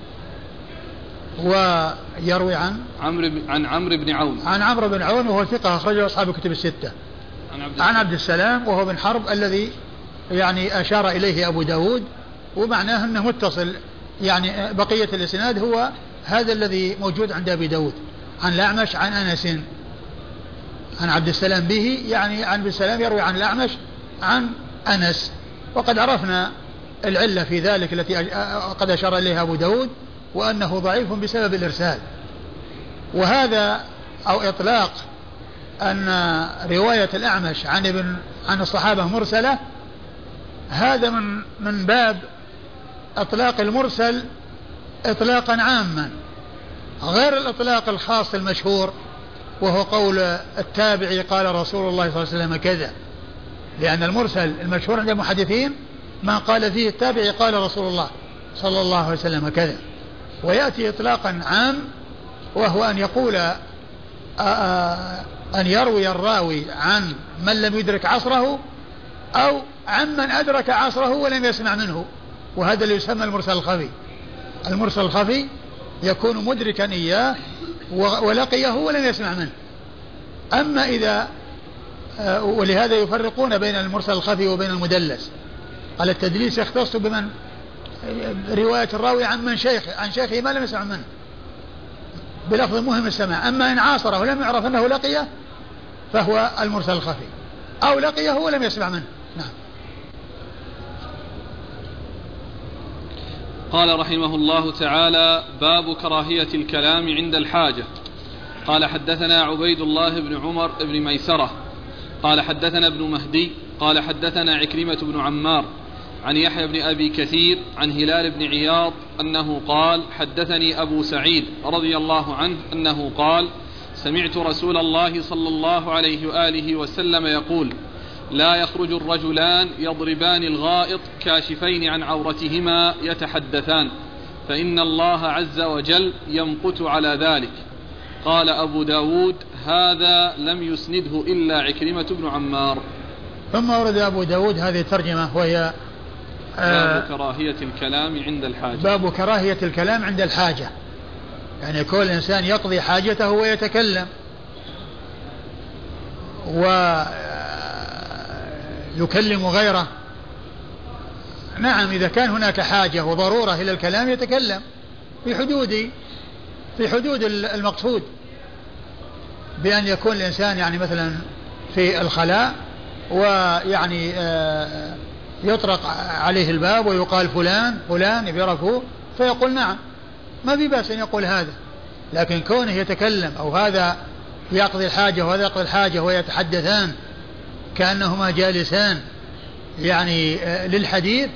ويروي عن عمرو عن عمرو بن عون عن عمرو بن عون وهو ثقة أخرجه أصحاب الكتب الستة. عن عبد, عن عبد السلام وهو بن حرب الذي يعني أشار إليه أبو داود، ومعناه أنه متصل يعني بقية الإسناد هو هذا الذي موجود عند أبي داود عن الأعمش عن أنس عن عبد السلام به، يعني عن عبد السلام يروي عن الأعمش عن أنس. وقد عرفنا العلة في ذلك التي قد أشار إليها أبو داود، وأنه ضعيف بسبب الإرسال. وهذا أو إطلاق أن رواية الأعمش عن ابن عن الصحابة مرسلة، هذا من من باب إطلاق المرسل إطلاقا عاما، غير الإطلاق الخاص المشهور وهو قول التابعي قال رسول الله صلى الله عليه وسلم كذا، لأن المرسل المشهور عند المحدثين ما قال فيه التابعي قال رسول الله صلى الله عليه وسلم كذا. ويأتي إطلاقا عام وهو أن يقول أن يروي الراوي عن من لم يدرك عصره أو عن من أدرك عصره ولم يسمع منه، وهذا اللي يسمى المرسل الخفي. المرسل الخفي يكون مدركا إياه ولقيه ولم يسمع منه. أما إذا ولهذا يفرقون بين المرسل الخفي وبين المدلس. قال التدليس يختص بمن رواية الراوي عن من شيخ عن شيخه ما لم يسمع منه بلفظ مهم السماع. أما إن عاصره ولم يعرف أنه لقيه فهو المرسل الخفي، أو لقيه ولم يسمع منه. نعم. قال رحمه الله تعالى: باب كراهية الكلام عند الحاجة. قال حدثنا عبيد الله بن عمر بن ميسرة قال حدثنا ابن مهدي قال حدثنا عكرمة بن عمار عن يحيى بن أبي كثير عن هلال بن عياض أنه قال: حدثني أبو سعيد رضي الله عنه أنه قال: سمعت رسول الله صلى الله عليه وآله وسلم يقول: لا يخرج الرجلان يضربان الغائط كاشفين عن عورتهما يتحدثان، فإن الله عز وجل يمقت على ذلك. قال أبو داود: هذا لم يسنده إلا عكرمة بن عمار. ثم ورد أبو داود هذه الترجمة وهي باب كراهية الكلام عند الحاجة. باب كراهية الكلام عند الحاجة، يعني كل إنسان يقضي حاجته ويتكلم ويكلم غيره. نعم، إذا كان هناك حاجة وضرورة إلى الكلام يتكلم في حدود في حدود المقصود، بأن يكون الإنسان يعني مثلا في الخلاء ويعني يطرق عليه الباب ويقال فلان فلان يعرفه فيقول نعم، ما في بأس أن يقول هذا. لكن كونه يتكلم أو هذا يقضي الحاجة وهذا يقضي الحاجة ويتحدثان كأنهما جالسان يعني للحديث،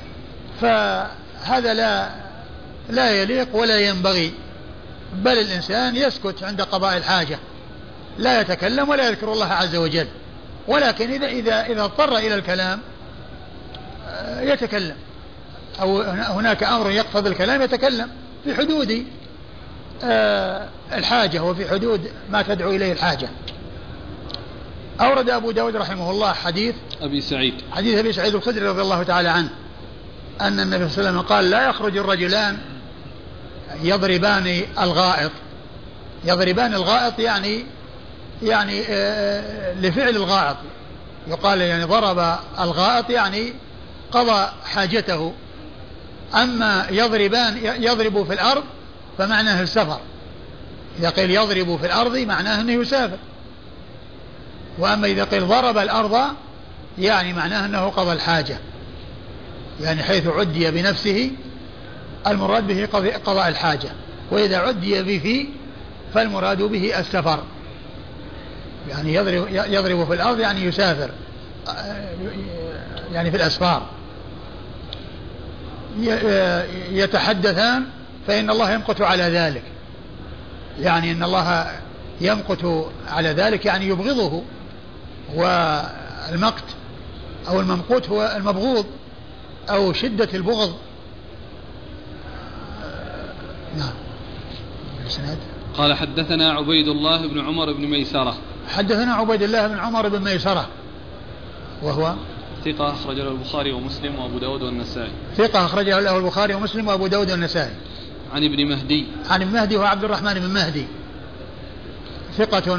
فهذا لا لا يليق ولا ينبغي، بل الإنسان يسكت عند قضاء الحاجة، لا يتكلم ولا يذكر الله عز وجل. ولكن إذا إذا إذا اضطر إلى الكلام يتكلم، أو هناك أمر يقتضي الكلام يتكلم في حدود الحاجة وفي حدود ما تدعو إليه الحاجة. أورد أبو داود رحمه الله حديث أبي سعيد حديث أبي سعيد الخدري رضي الله تعالى عنه أن النبي صلى الله عليه وسلم قال: لا يخرج الرجلان يضربان الغائط. يضربان الغائط يعني يعني لفعل الغائط، يقال يعني ضرب الغائط يعني قضى حاجته. أما يضربان يضرب في الأرض فمعناه السفر، إذا قيل يضرب في الأرض معناه أنه يسافر. وأما إذا قيل ضرب الأرض يعني معناه أنه قضى الحاجة، يعني حيث عدي بنفسه المراد به قضاء الحاجة، وإذا عدي به فالمراد به السفر، يعني يضرب, يضرب في الأرض يعني يسافر، يعني في الأسفار. يتحدثان فإن الله يمقت على ذلك، يعني إن الله يمقت على ذلك يعني يبغضه، والمقت أو الممقوت هو المبغوض أو شدة البغض. نعم. قال حدثنا عبيد الله بن عمر بن ميسرة حدثنا عبيد الله بن عمر بن ميسرة وهو ثقة أخرج له البخاري ومسلم وأبو داود والنسائي. ثقة أخرجه له البخاري ومسلم وأبو داود والنسائي. عن ابن مهدي عن ابن مهدي هو عبد الرحمن بن مهدي، ثقة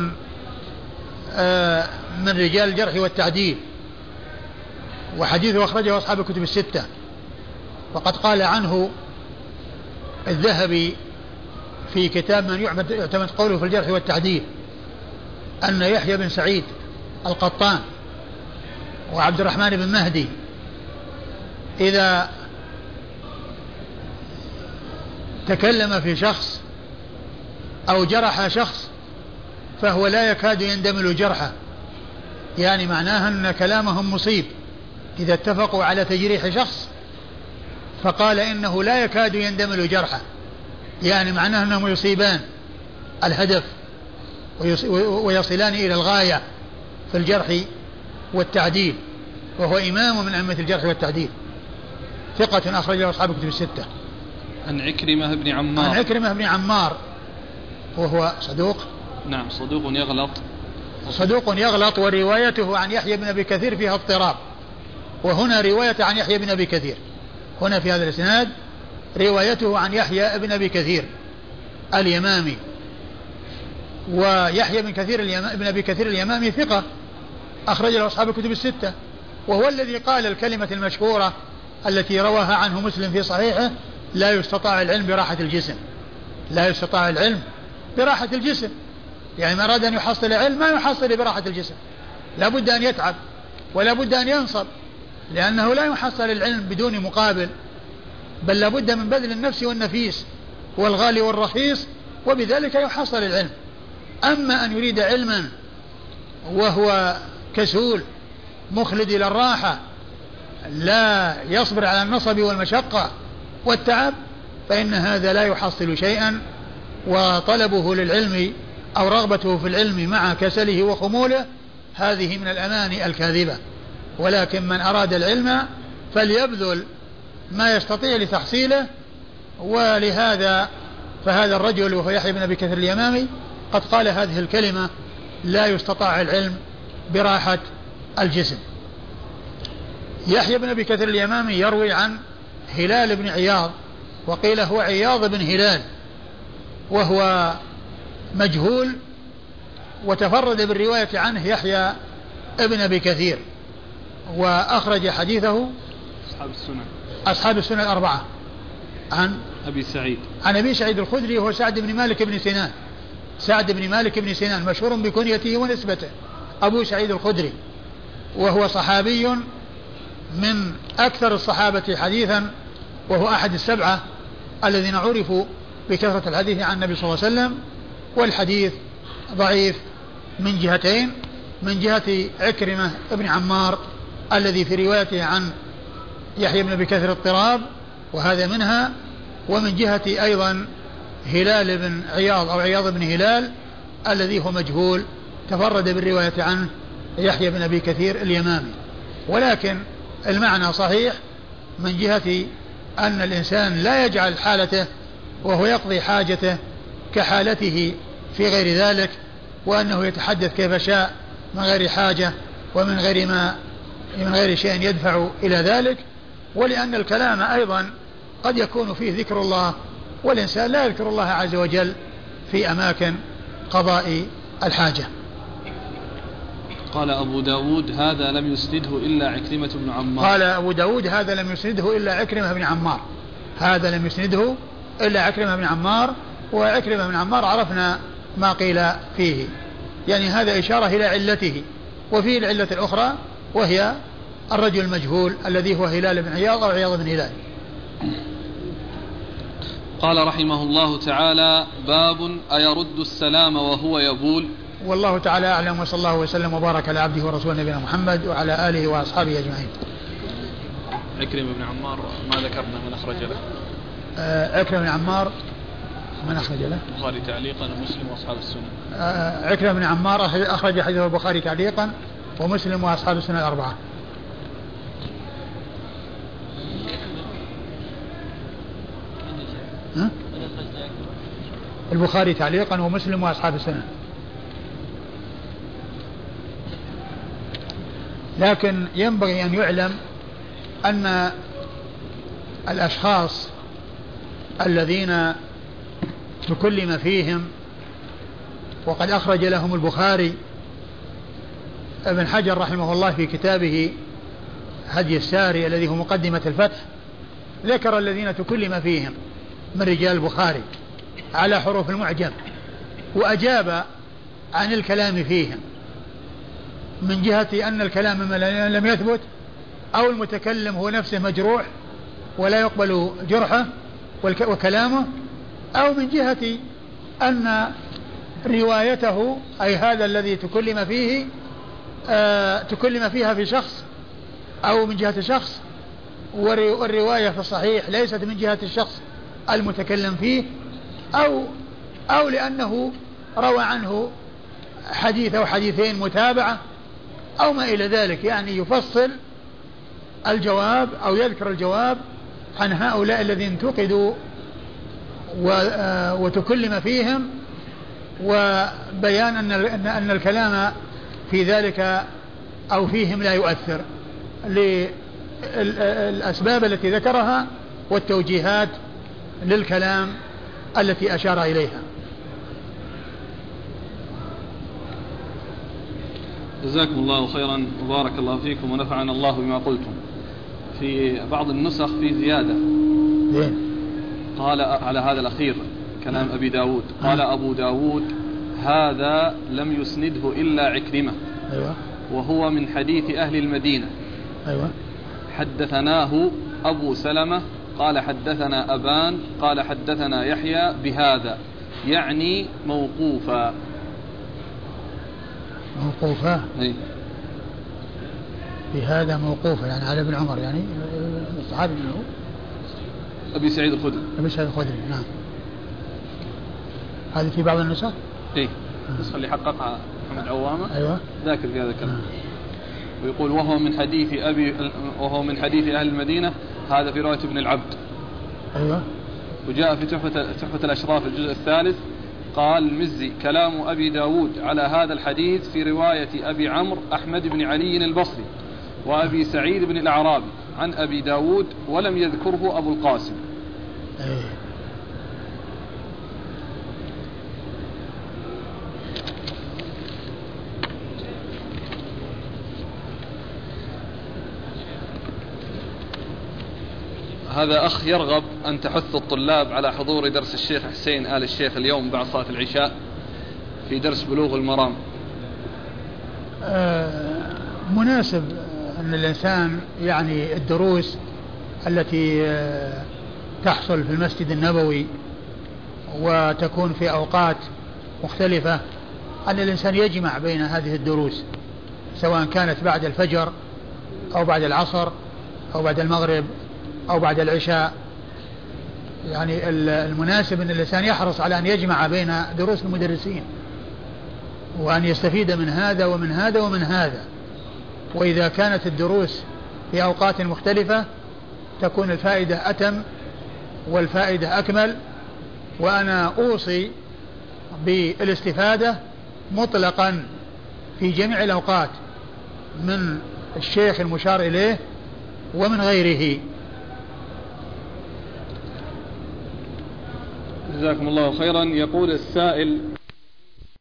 من رجال الجرح والتعديل، وحديثه أخرجه أصحاب الكتب الستة. وقد قال عنه الذهبي في كتاب من يعتمد قوله في الجرح والتعديل أن يحيى بن سعيد القطان وعبد الرحمن بن مهدي إذا تكلم في شخص أو جرح شخص فهو لا يكاد يندمل جرحه، يعني معناها أن كلامهم مصيب. إذا اتفقوا على تجريح شخص فقال إنه لا يكاد يندمل جرحه، يعني معناه أنهم يصيبان الهدف ويصلان إلى الغاية في الجرح والتعديل، وهو إمام من أئمة الجرح والتعديل، ثقة أخرج له أصحاب الكتب الستة. عن عكرمة بن عمار. عن عكرمة بن عمار وهو صدوق. نعم صدوق يغلط. صدوق يغلط، وروايته عن يحيى بن أبي كثير فيها اضطراب، وهنا رواية عن يحيى بن أبي كثير، هنا في هذا الإسناد روايته عن يحيى بن أبي كثير اليمامي، ويحيى بن كثير اليمامي بن أبي كثير اليمامي ثقة أخرج له أصحاب الكتب الستة، وهو الذي قال الكلمة المشهورة التي رواها عنه مسلم في صحيحه: لا يستطاع العلم براحة الجسم. لا يستطاع العلم براحة الجسم، يعني من أراد أن يحصل علم ما يحصل براحة الجسم، لا بد أن يتعب ولا بد أن ينصب، لأنه لا يحصل العلم بدون مقابل، بل لا بد من بذل النفس والنفيس والغالي والرخيص، وبذلك يحصل العلم. أما أن يريد علما وهو كسول مخلد إلى الراحة لا يصبر على النصب والمشقة والتعب، فإن هذا لا يحصل شيئا، وطلبه للعلم أو رغبته في العلم مع كسله وخموله هذه من الأماني الكاذبة. ولكن من أراد العلم فليبذل ما يستطيع لتحصيله، ولهذا فهذا الرجل وهو يحيى بن أبي كثير اليمامي قد قال هذه الكلمة: لا يستطاع العلم براحة الجسم. يحيى بن أبي كثير اليمامي يروي عن هلال بن عياض، وقيل هو عياض بن هلال، وهو مجهول، وتفرد بالرواية عنه يحيى ابن أبي كثير، وأخرج حديثه أصحاب السنن أصحاب السنن الأربعة. عن أبي سعيد عن أبي سعيد الخدري وهو سعد بن مالك بن سنان، سعد بن مالك بن سنان مشهور بكنيته ونسبته، أبو سعيد الخدري، وهو صحابي من أكثر الصحابة حديثا، وهو أحد السبعة الذين عرفوا بكثرة الحديث عن النبي صلى الله عليه وسلم. والحديث ضعيف من جهتين: من جهة عكرمة ابن عمار الذي في روايته عن يحيى بن أبي كثير اضطراب، وهذا منها، ومن جهة أيضا هلال بن عياض أو عياض بن هلال الذي هو مجهول، تفرد بالرواية عنه يحيى بن أبي كثير اليمامي. ولكن المعنى صحيح من جهة أن الإنسان لا يجعل حالته وهو يقضي حاجته كحالته في غير ذلك، وأنه يتحدث كيف شاء من غير حاجة ومن غير ما من غير شيء يدفع إلى ذلك. ولأن الكلام أيضا قد يكون فيه ذكر الله، والإنسان لا يذكر الله عز وجل في أماكن قضاء الحاجة. قال أبو داود: هذا لم يسنده إلا عكرمة بن عمار. قال أبو داود: هذا لم يسنده إلا عكرمة بن عمار. هذا لم يسنده إلا عكرمة بن عمار، وعكرمة بن عمار عرفنا ما قيل فيه، يعني هذا إشارة إلى علته. وفيه العلة الأخرى وهي الرجل المجهول الذي هو هلال بن عياض أو عياض بن هلال. قال رحمه الله تعالى: باب أيرد السلام وهو يبول. والله تعالى أعلم، وصلى الله وسلم وبارك على عبده ورسوله نبينا محمد وعلى آله وأصحابه أجمعين. عكرمة بن عمار ما ذكرنا من أخرج له. آه عكرمة بن عمار من أخرج له؟ البخاري تعليقا ومسلم وأصحاب السنن. آه عكرمة بن عمار أخرج حديثه البخاري تعليقا ومسلم وأصحاب السنن الأربعة. ها؟ البخاري تعليقا ومسلم وأصحاب السنن. لكن ينبغي أن يعلم أن الأشخاص الذين تكلم فيهم وقد أخرج لهم البخاري، ابن حجر رحمه الله في كتابه هدي الساري الذي هو مقدمة الفتح ذكر الذين تكلم فيهم من رجال البخاري على حروف المعجم، وأجاب عن الكلام فيهم من جهة أن الكلام لم يثبت، أو المتكلم هو نفسه مجروح ولا يقبل جرحه وكلامه، أو من جهة أن روايته أي هذا الذي تكلم فيه آه تكلم فيها في شخص أو من جهة شخص، والرواية في الصحيح ليست من جهة الشخص المتكلم فيه، أو أو لأنه روى عنه حديث أو حديثين متابعة أو ما إلى ذلك، يعني يفصل الجواب أو يذكر الجواب عن هؤلاء الذين انتقدوا وتكلم فيهم، وبيان أن أن الكلام في ذلك أو فيهم لا يؤثر للأسباب التي ذكرها والتوجيهات للكلام التي أشار إليها. جزاكم الله خيرا وبارك الله فيكم ونفعنا الله بما قلتم. في بعض النسخ في زيادة قال على هذا الأخير كلام أبي داود، قال أبو داود هذا لم يسنده إلا عكرمة أيوة. وهو من حديث أهل المدينة أيوة. حدثناه أبو سلمة قال حدثنا أبان قال حدثنا يحيى بهذا، يعني موقوفا. موقوفا أي. بهذا موقوفا يعني على ابن عمر، يعني الصحابي منه أبي سعيد الخدري. أبي سعيد الخدري نعم. هذه في بعض النسخ. إيه النسخة اللي حققها محمد عوامة أيوة ذاكر في هذا الكلام. ويقول وهو من حديث أبي وهو من حديث أهل المدينة، هذا في رواية ابن العبد. أيوة. وجاء في تحفة تحفة الأشراف الجزء الثالث قال المزي كلام أبي داود على هذا الحديث في رواية أبي عمرو أحمد بن علي البصري وأبي سعيد بن الأعرابي عن أبي داود ولم يذكره أبو القاسم. أيه. هذا أخ يرغب أن تحث الطلاب على حضور درس الشيخ حسين آل الشيخ اليوم بعد صلاة العشاء في درس بلوغ المرام. آه مناسب أن الإنسان يعني الدروس التي آه تحصل في المسجد النبوي وتكون في أوقات مختلفة، أن الإنسان يجمع بين هذه الدروس سواء كانت بعد الفجر أو بعد العصر أو بعد المغرب أو بعد العشاء. يعني المناسب أن الإنسان يحرص على أن يجمع بين دروس المدرسين وأن يستفيد من هذا ومن هذا ومن هذا. وإذا كانت الدروس في أوقات مختلفة تكون الفائدة أتم والفائدة أكمل. وأنا أوصي بالاستفادة مطلقا في جميع الأوقات من الشيخ المشار إليه ومن غيره. جزاكم الله خيرا. يقول السائل